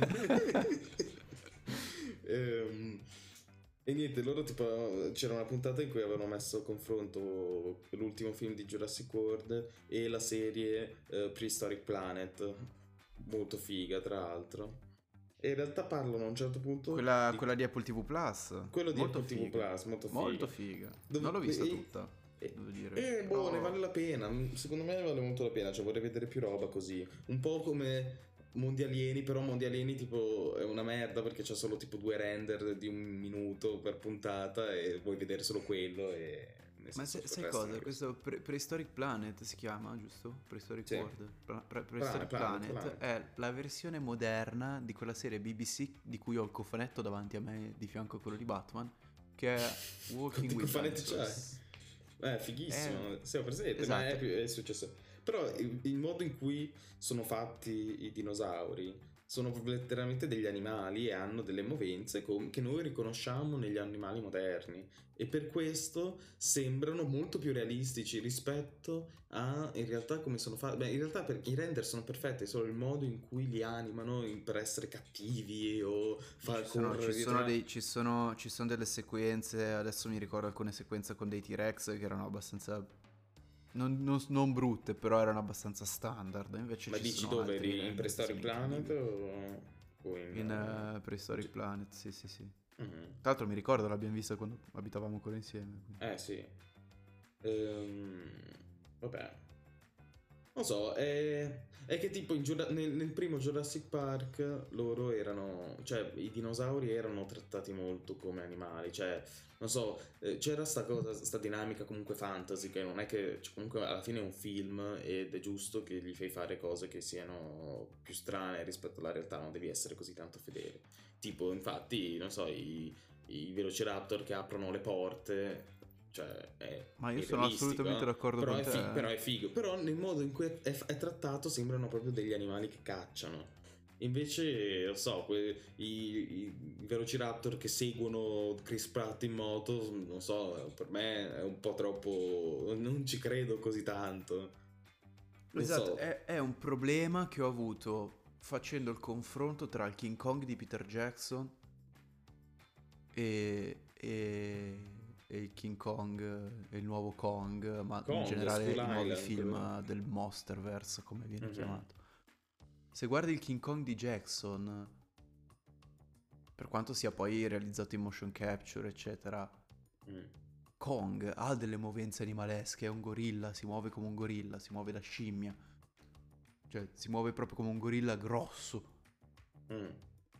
E niente, loro tipo c'era una puntata in cui avevano messo a confronto l'ultimo film di Jurassic World e la serie Prehistoric Planet, molto figa tra l'altro. E in realtà parlano a un certo punto di Quella di Apple TV Plus, quello di molto Apple TV figa. Plus, molto Molto figa. figa. Non Dove, l'ho vista e, tutta, e- devo dire. boh, ne vale Però la pena. Secondo me vale molto la pena. Cioè, vorrei vedere più roba così. Un po' come Mondi Alieni, però Mondi Alieni tipo è una merda perché c'è solo tipo 2 render di 1 minuto per puntata e vuoi vedere solo quello e nel ma senso per il sai resto cosa? non riesco. Questo Prehistoric Planet si chiama, giusto? Prehistoric Sì, World. Prehistoric Planet Planet. è la versione moderna di quella serie BBC di cui ho il cofanetto davanti a me, di fianco a quello di Batman, che è Walking Quanti with cofanetti c'hai? Dinosaurs. È... Fighissimo, siamo presenti, ma Esatto. è successo. Però il modo in cui sono fatti i dinosauri sono proprio letteralmente degli animali e hanno delle movenze che noi riconosciamo negli animali moderni e per questo sembrano molto più realistici rispetto a in realtà come sono fatti. Beh, in realtà i render sono perfetti, è solo il modo in cui li animano per essere cattivi o far correre dietro. Ci sono delle sequenze, adesso mi ricordo alcune sequenze con dei T-Rex che erano abbastanza... non brutte, però erano abbastanza standard. Invece Ma ci dici sono dove? altri In render che Prehistoric sono Planet incredibili. o in... In Prehistoric Planet, sì, sì, sì. mhm. Tra l'altro mi ricordo l'abbiamo vista quando abitavamo ancora insieme. Quindi. Sì. Ehm, vabbè. Non so, è che tipo nel primo Jurassic Park loro erano, cioè i dinosauri erano trattati molto come animali, cioè, non so, c'era sta cosa, sta dinamica comunque fantasy, che non è che, cioè, comunque alla fine è un film ed è giusto che gli fai fare cose che siano più strane rispetto alla realtà, non devi essere così tanto fedele. Tipo, infatti, non so, i Velociraptor che aprono le porte, cioè è Ma io sono irrealistico, assolutamente d'accordo però con te. però è figo. Però nel modo in cui è trattato sembrano proprio degli animali che cacciano. Invece, non so, i Velociraptor che seguono Chris Pratt in moto, non so, per me è un po' troppo... Non ci credo così tanto. Non Esatto, so. è un problema che ho avuto facendo il confronto tra il King Kong di Peter Jackson e il King Kong e il nuovo Kong, ma in Kong, generale Skull i nuovi Island, quello... film del Monsterverse, come viene Mhm. chiamato. Se guardi il King Kong di Jackson, per quanto sia poi realizzato in motion capture, eccetera, Mm. Kong ha delle movenze animalesche, è un gorilla, si muove come un gorilla, si muove da scimmia, cioè si muove proprio come un gorilla grosso. Mm.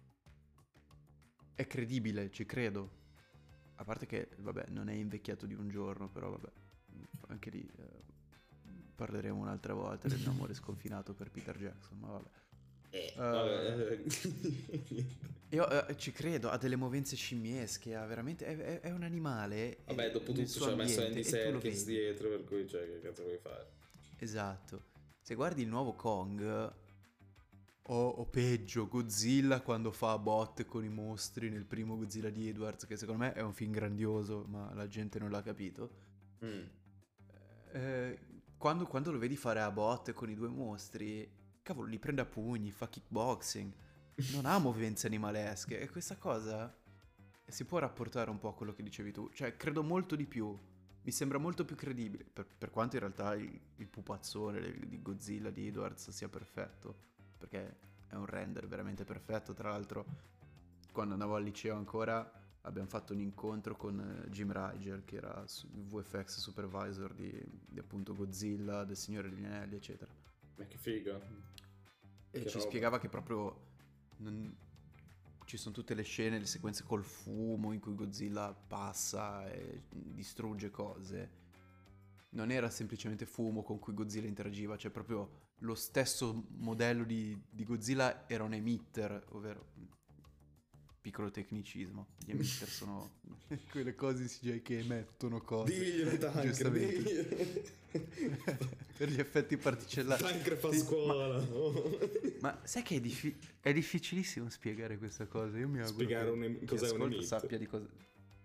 È credibile, ci credo. A parte che, vabbè, non è invecchiato di un giorno, però vabbè, anche lì parleremo un'altra volta del mio amore sconfinato per Peter Jackson, ma vabbè. Vabbè. Io ci credo, ha delle movenze scimmiesche, ha veramente, è un animale Vabbè, dopo nel tutto suo ci ha messo ambiente Andy e tu lo Serkis vedi. dietro, per cui, cioè, che cazzo vuoi fare? Esatto. Se guardi il nuovo Kong, o peggio, Godzilla quando fa a botte con i mostri nel primo Godzilla di Edwards, che secondo me è un film grandioso, ma la gente non l'ha capito. Mm. Eh, quando lo vedi fare a botte con i due mostri, cavolo, li prende a pugni, fa kickboxing. Non ha movenze animalesche e questa cosa si può rapportare un po' a quello che dicevi tu. Cioè, credo molto di più. Mi sembra molto più credibile, per quanto in realtà il pupazzone di Godzilla di Edwards sia perfetto, perché è un render veramente perfetto. Tra l'altro, quando andavo al liceo ancora, abbiamo fatto un incontro con Jim Rigel, che era il VFX supervisor di appunto Godzilla, del Signore degli Anelli, eccetera. Ma che figo. E Che ci roba. spiegava che proprio ci sono tutte le scene, le sequenze col fumo in cui Godzilla passa e distrugge cose. Non era semplicemente fumo con cui Godzilla interagiva, cioè proprio lo stesso modello di Godzilla era un emitter, ovvero piccolo tecnicismo. Gli emitter sono quelle cose in CGI che emettono cose. Diglielo, Tank, Giustamente. diglielo. Per gli effetti particellari. Tank fa scuola. Ma sai che è difficilissimo spiegare questa cosa? Io mi auguro Spiegare chi cos'è un ascolta emit. sappia di cosa...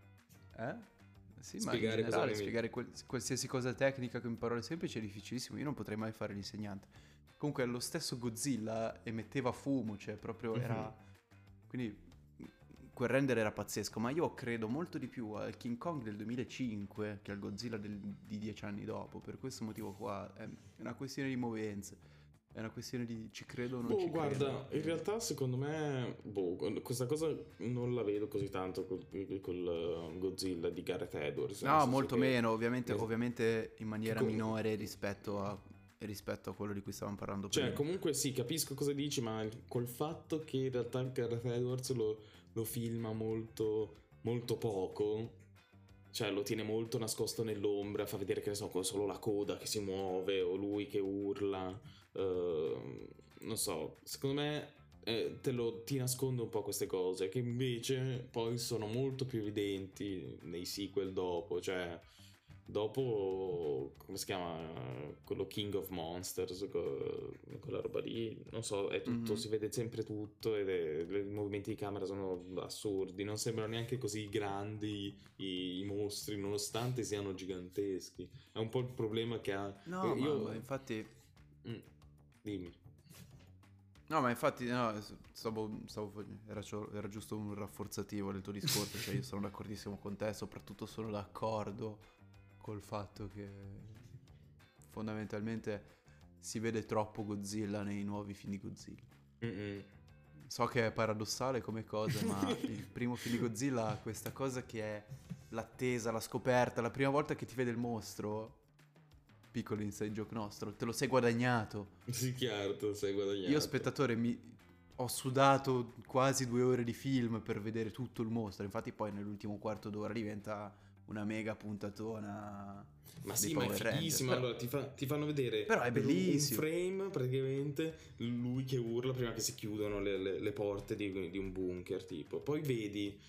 Sì, Spiegare ma in cos'è generale un emit. spiegare qualsiasi cosa tecnica con parole semplici è difficilissimo. Io non potrei mai fare l'insegnante. Comunque lo stesso Godzilla emetteva fumo, cioè proprio era... Quindi quel render era pazzesco, ma io credo molto di più al King Kong del 2005 che al Godzilla di 10 anni dopo. Per questo motivo qua è una questione di movenze. È una questione di ci credo o non ci Guarda, credo. in realtà secondo me, questa cosa non la vedo così tanto col Godzilla di Gareth Edwards. nel No, senso molto che- meno, ovviamente in maniera che com- minore rispetto a quello di cui stavamo parlando Cioè, prima. comunque sì, capisco cosa dici, ma col fatto che in realtà Gareth Edwards lo filma molto, molto poco, cioè lo tiene molto nascosto nell'ombra, fa vedere che ne so, solo la coda che si muove o lui che urla, non so, secondo me ti nasconde un po' queste cose che invece poi sono molto più evidenti nei sequel dopo, cioè dopo, come si chiama, quello King of Monsters, quella roba lì, non so, è tutto, Mhm. si vede sempre tutto i movimenti di camera sono assurdi, non sembrano neanche così grandi i mostri, nonostante siano giganteschi. È un po' il problema che ha... No, ma Io... infatti... Mm, dimmi. No, ma infatti, no, era giusto un rafforzativo del tuo discorso, cioè io sono d'accordissimo con te, soprattutto sono d'accordo col fatto che fondamentalmente si vede troppo Godzilla nei nuovi film di Godzilla. Mm-mm. So che è paradossale come cosa, ma il primo film di Godzilla ha questa cosa che è l'attesa, la scoperta, la prima volta che ti vede il mostro, piccolo inside joke nostro, te lo sei guadagnato. Sì, chiaro, te lo sei guadagnato. Io spettatore ho sudato quasi 2 ore di film per vedere tutto il mostro, infatti poi nell'ultimo quarto d'ora diventa una mega puntatona. Ma dei sì, ma è Power Rangers, fighissimo. però- Allora ti fanno vedere Però è per bellissimo. un frame praticamente lui che urla prima che si chiudono le porte di un bunker. Tipo, poi vedi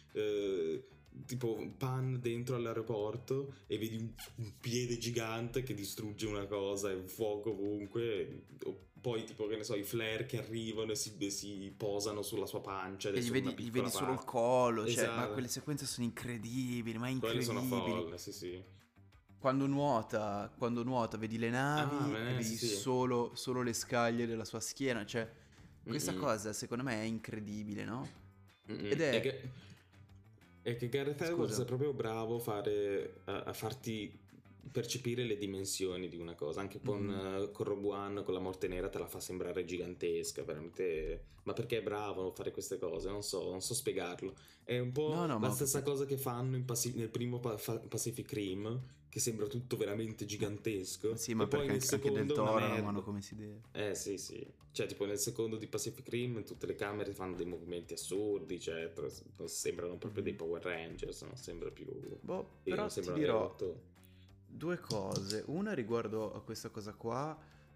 tipo pan dentro all'aeroporto e vedi un piede gigante che distrugge una cosa e fuoco ovunque. Poi, tipo, che ne so, i flare che arrivano e si posano sulla sua pancia. E Ed è gli solo una vedi, piccola solo il parte. collo, cioè, ma Esatto. quelle sequenze sono incredibili, ma Quelle sono incredibili. folle, sì, sì. Quando nuota, vedi le navi e Sì, vedi sì. solo le scaglie della sua schiena, cioè, questa Mm-mm. cosa secondo me è incredibile, no? Mm-mm. Ed è... È che Gareth Edwards Scusa. è proprio bravo a farti percepire le dimensioni di una cosa. Anche con Rogue One, con la morte nera, te la fa sembrare gigantesca, veramente. Ma perché è bravo a fare queste cose? Non so spiegarlo. È un po' No, ma la ho stessa capito. cosa che fanno nel primo Pacific Rim, che sembra tutto veramente gigantesco. Sì, E ma poi perché nel anche Del secondo è una Toro la mano merda. come si deve. Sì, sì. Cioè, tipo nel secondo di Pacific Rim tutte le camere fanno dei movimenti assurdi, eccetera. Sembrano proprio dei Power Rangers, non sembra più... Boh, Sì, però non ti sembrano dei dirò robot. 2 cose. Una riguardo a questa cosa qua.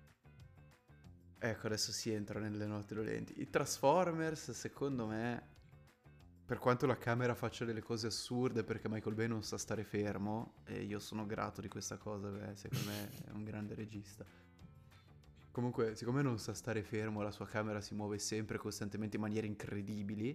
Ecco, adesso si entra nelle note dolenti. I Transformers, secondo me, per quanto la camera faccia delle cose assurde, perché Michael Bay non sa stare fermo, e io sono grato di questa cosa, secondo me è un grande regista. Comunque, siccome non sa stare fermo, la sua camera si muove sempre, costantemente in maniere incredibili,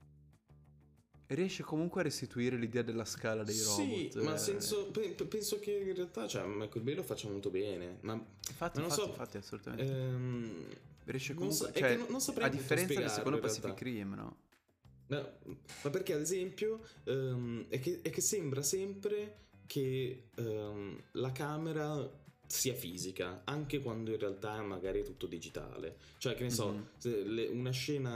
riesce comunque a restituire l'idea della scala dei Sì, robot. ma penso che in realtà, cioè, Michael Bay lo faccia molto bene. Ma non so... Infatti, assolutamente. Riesce non comunque, è che cioè, non saprei a appunto differenza del spiegarlo secondo in realtà. Pacific Rim, no? No, ma perché ad esempio è che sembra sempre che la camera sia fisica, anche quando in realtà magari è tutto digitale. Cioè, che ne so, Mhm. una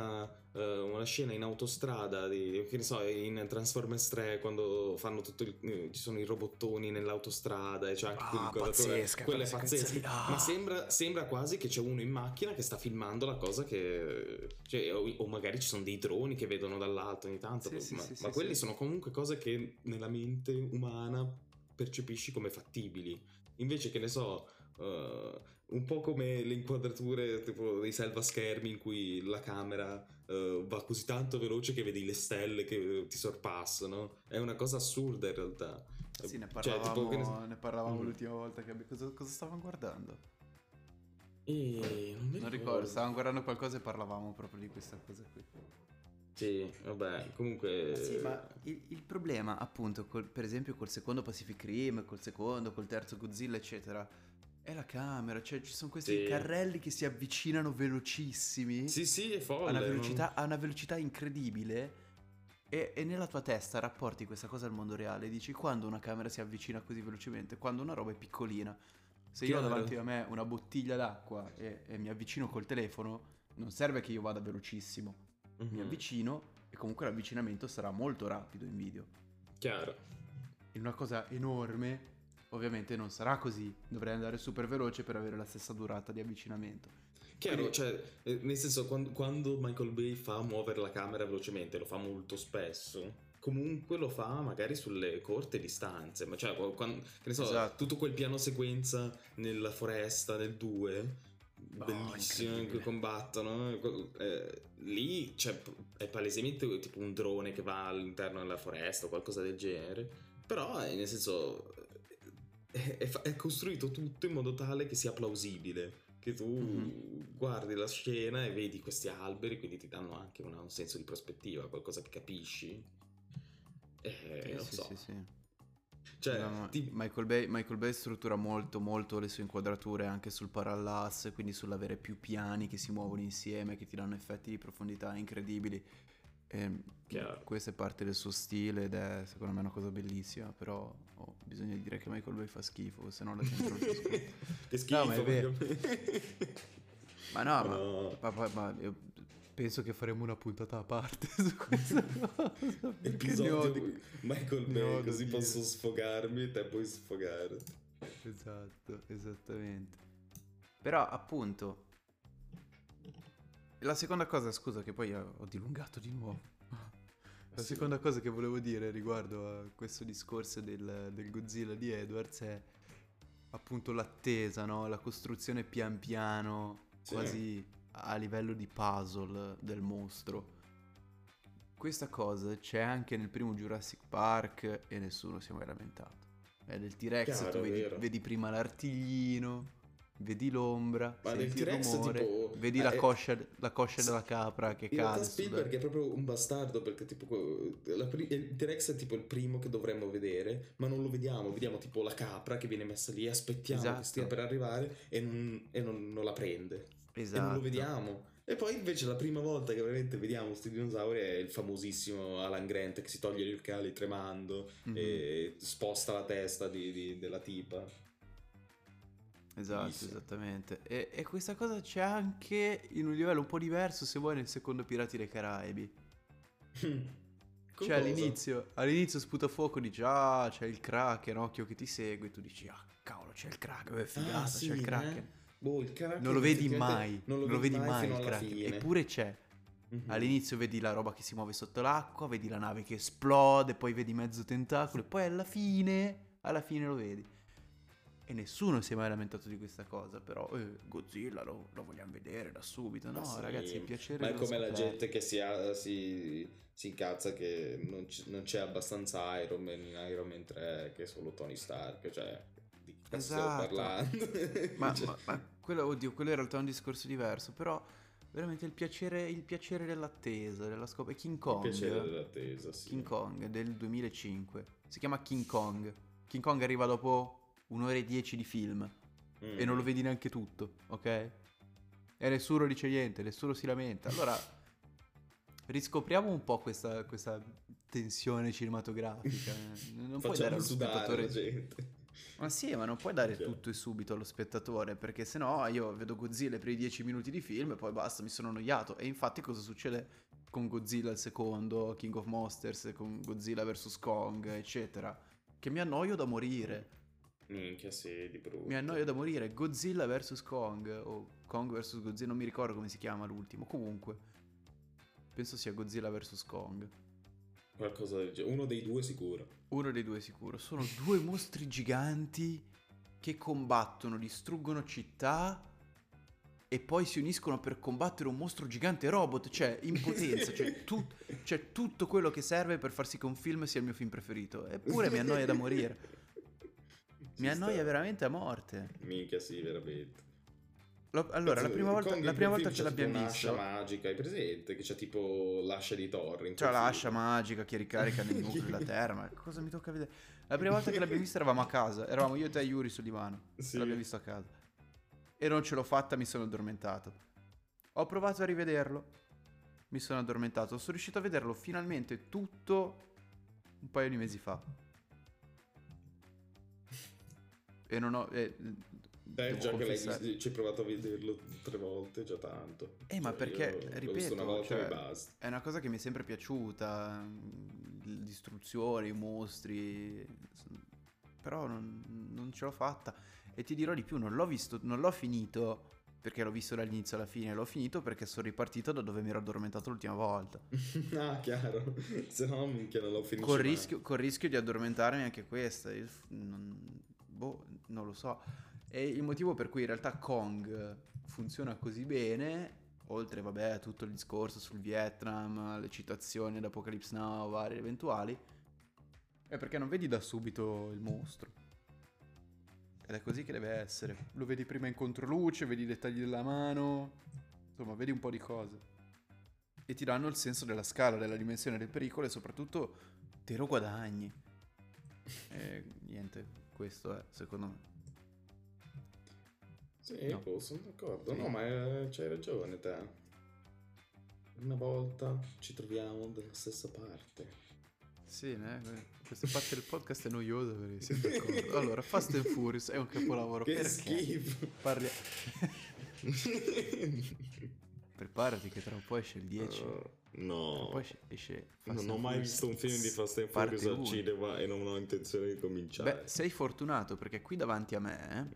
scena in autostrada, che ne so, in Transformers 3, quando fanno ci sono i robottoni nell'autostrada e c'è anche quell'inquadratore. Pazzesca Quella è quella sequenza pazzesca. lì. Ah. Ma sembra quasi che c'è uno in macchina che sta filmando la cosa che... Cioè, o magari ci sono dei droni che vedono dall'alto ogni tanto. Ma quelli sono comunque cose che nella mente umana percepisci come fattibili. Invece, che ne so, un po' come le inquadrature tipo dei salvaschermi in cui la camera va così tanto veloce che vedi le stelle che ti sorpassano. È una cosa assurda in realtà. Sì, Cioè, tipo, che ne parlavamo Mhm. l'ultima volta cosa stavamo guardando? E non mi Non ricordo, ricordo. stavamo guardando qualcosa e parlavamo proprio di questa cosa qui. Sì, vabbè, comunque... Sì, ma il problema, appunto, per esempio col secondo Pacific Rim, col terzo Godzilla, eccetera, è la camera, cioè ci sono questi Sì, carrelli che si avvicinano velocissimi sì, sì, è folle. a una velocità incredibile e nella tua testa rapporti questa cosa al mondo reale e dici quando una camera si avvicina così velocemente, quando una roba è piccolina. Se io ho Chiaro. davanti a me una bottiglia d'acqua e mi avvicino col telefono, non serve che io vada velocissimo. Mi Mhm. avvicino e comunque l'avvicinamento sarà molto rapido in video. Chiaro. In una cosa enorme, ovviamente non sarà così. Dovrei andare super veloce per avere la stessa durata di avvicinamento. Chiaro, Quindi, cioè, nel senso, quando Michael Bay fa muovere la camera velocemente, lo fa molto spesso, comunque lo fa magari sulle corte distanze, ma cioè, quando, che ne so, esatto. tutto quel piano sequenza nella foresta del 2, Oh, bellissimo, in cui incredibile. combattono, lì cioè, è palesemente tipo un drone che va all'interno della foresta o qualcosa del genere, però, nel senso, è costruito tutto in modo tale che sia plausibile, che Mhm. tu guardi la scena e vedi questi alberi, quindi ti danno anche un senso di prospettiva, qualcosa che capisci. Sì, Non sì, sì, so. sì. Cioè, No, no, ti... Michael Bay struttura molto, molto le sue inquadrature anche sul parallasse, quindi sull'avere più piani che si muovono insieme, che ti danno effetti di profondità incredibili. E Chiaro. questa è parte del suo stile ed è secondo me una cosa bellissima, però bisogna dire che Michael Bay fa schifo, se no la gente non ci ascolta. Che No, ma è schifo. vero. Ma no, Ma no. ma io penso che faremo una puntata a parte su questa cosa, perché Episodio Michael ne Bay, ho da così posso dire. sfogarmi e te puoi sfogare. Esatto, esattamente. Però appunto, la seconda cosa, scusa che poi ho dilungato di nuovo. La Sì. seconda cosa che volevo dire riguardo a questo discorso del Godzilla di Edwards è appunto l'attesa, no? La costruzione pian piano, Sì. quasi a livello di puzzle del mostro. Questa cosa c'è anche nel primo Jurassic Park e nessuno si è mai lamentato. Del T-Rex tu Chiaro, è vero. vedi prima l'artiglino, vedi l'ombra, Ma nel senti il T-Rex rumore, tipo... vedi la coscia della capra che In realtà cade sul... Spielberg è proprio un bastardo perché tipo il T-Rex è tipo il primo che dovremmo vedere, ma non lo vediamo, vediamo tipo la capra che viene messa lì, aspettiamo che stia Esatto, per arrivare e non la prende. E non lo esatto. vediamo. E poi invece la prima volta che veramente vediamo questi dinosauri è il famosissimo Alan Grant che si toglie gli occhiali tremando Mhm. e sposta la testa della tipa. Esatto, Bellissimo. esattamente. E questa cosa c'è anche in un livello un po' diverso se vuoi nel secondo Pirati dei Caraibi. Con Cioè cosa? all'inizio sputa fuoco, dici ah c'è il Kraken, occhio che ti segue, tu dici ah cavolo c'è il Kraken, è Ah figata, c'è il sì, Kraken. Boh, il Non Kraken lo vedi effettivamente mai, non lo non lo vedi vedi mai mai fino il alla Kraken, fine. eppure c'è. Mhm. All'inizio vedi la roba che si muove sotto l'acqua, vedi la nave che esplode, poi vedi mezzo tentacolo e poi alla fine lo vedi. E nessuno si è mai lamentato di questa cosa, però Godzilla lo vogliamo vedere da subito. Ma No, ragazzi, il sì, piacere ma è della come la scoperta. gente che si incazza che non c'è abbastanza Iron Man in Iron Man 3, che è solo Tony Stark, cioè di che cazzo stiamo Esatto. parlando? Cioè, Ma quello, oddio, quello in realtà è un discorso diverso, però veramente il piacere dell'attesa, della scoperta. il piacere dell'attesa, King sì. Kong del 2005, si chiama King Kong. King Kong arriva dopo un'ora e 10 di film e non lo Mhm. vedi neanche tutto, ok? E nessuno dice niente, nessuno si lamenta. Allora riscopriamo un po' questa tensione cinematografica. Non puoi dare Facciamo allo sudare la spettatore. gente. Ma sì, ma non puoi dare Cioè, tutto e subito allo spettatore, perché sennò io vedo Godzilla per i 10 minuti di film e poi basta, mi sono annoiato. E infatti cosa succede con Godzilla il secondo, King of Monsters, con Godzilla vs Kong, eccetera? Che mi annoio da morire. minchia, sì, di Mi annoio brutto. da morire. Godzilla vs Kong, o Kong vs Godzilla, non mi ricordo come si chiama l'ultimo. Comunque, penso sia Godzilla vs Kong. Qualcosa del genere. Uno dei due sicuro. Uno dei due sicuro. Sono due mostri giganti che combattono, distruggono città e poi si uniscono per combattere un mostro gigante robot, cioè impotenza, c'è tutto quello che serve per far sì che un film sia il mio film preferito, eppure mi annoia da morire, mi annoia veramente a morte. Minchia, sì, veramente. Allora, la prima volta che l'abbiamo Un'ascia visto, magica, hai presente? Che c'è tipo l'ascia di Thor in c'è quel l'ascia film. magica che ricarica nel nucleo della Terra, ma cosa mi tocca vedere? La prima volta che l'abbiamo vista eravamo a casa, eravamo io e te e Yuri sul divano, Sì. e l'abbiamo visto a casa. E non ce l'ho fatta, mi sono addormentato. Ho provato a rivederlo, mi sono addormentato. Sono riuscito a vederlo finalmente tutto un paio di mesi fa. E non ho... devo Già che confessare. ci hai provato a vederlo 3 volte, già tanto. Ma Cioè, perché, io l'ho visto una ripeto, volta e cioè, basta. è una cosa che mi è sempre piaciuta. L'istruzione, i mostri. Però non ce l'ho fatta. E ti dirò di più, non l'ho visto, non l'ho finito perché l'ho visto dall'inizio alla fine. L'ho finito perché sono ripartito da dove mi ero addormentato l'ultima volta. Ah, chiaro. Se no, minchia, non lo finisce Col rischio di addormentarmi anche questa. Non lo so. E il motivo per cui in realtà Kong funziona così bene, oltre vabbè a tutto il discorso sul Vietnam, le citazioni ad Apocalypse Now, varie eventuali, è perché non vedi da subito il mostro. Ed è così che deve essere. Lo vedi prima in controluce, vedi i dettagli della mano, insomma, vedi un po' di cose. E ti danno il senso della scala, della dimensione del pericolo e soprattutto te lo guadagni. E niente, questo è, secondo me. Sì, No. sono d'accordo. Sì. No, ma c'hai ragione te. Una volta ci troviamo dalla stessa parte. Sì, questa parte del podcast è noiosa perché siamo d'accordo. Allora, Fast and Furious è un capolavoro. Che Perché? schifo. Preparati che tra un po' esce il 10. Tra un No. po' esce Fast Non ho and mai Furious visto un film di Fast and parte Furious al 1. cinema e non ho intenzione di cominciare. Beh, sei fortunato perché qui davanti a me,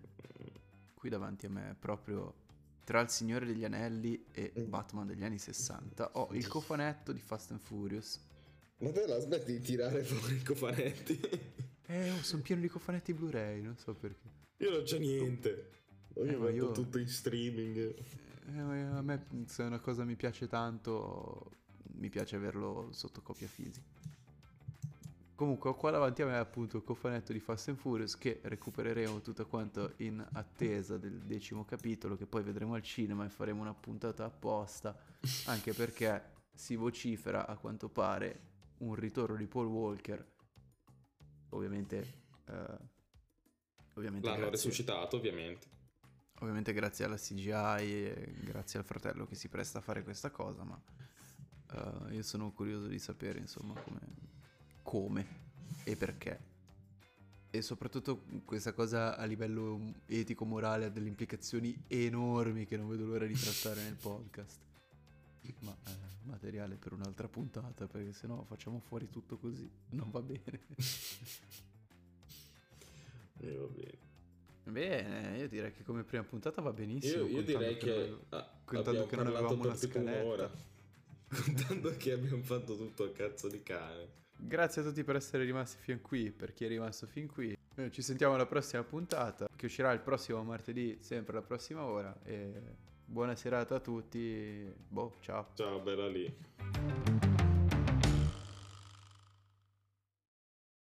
proprio tra Il Signore degli Anelli e Batman degli anni 60, ho il cofanetto di Fast and Furious. Ma te la smetti di tirare fuori i cofanetti? Sono pieno di cofanetti Blu-ray, non so perché. Io non c'ho niente. Io ma metto tutto in streaming. A me se una cosa mi piace tanto, mi piace averlo sotto copia fisica. Comunque ho qua davanti a me appunto il cofanetto di Fast and Furious che recupereremo tutto quanto in attesa del 10° capitolo che poi vedremo al cinema e faremo una puntata apposta anche perché si vocifera a quanto pare un ritorno di Paul Walker, ovviamente L'hanno resuscitato ovviamente grazie alla CGI e grazie al fratello che si presta a fare questa cosa, ma io sono curioso di sapere insomma come e perché, e soprattutto questa cosa a livello etico-morale ha delle implicazioni enormi che non vedo l'ora di trattare nel podcast, ma materiale per un'altra puntata perché sennò facciamo fuori tutto così, non va bene. Va bene. Bene, io direi che come prima puntata va benissimo. Io direi che contando che non avevamo una scaletta, contando che abbiamo fatto tutto a cazzo di cane. Grazie a tutti per essere rimasti fin qui, per chi è rimasto fin qui. Noi ci sentiamo alla prossima puntata, che uscirà il prossimo martedì, sempre alla prossima ora. E buona serata a tutti. Ciao. Ciao, bella lì.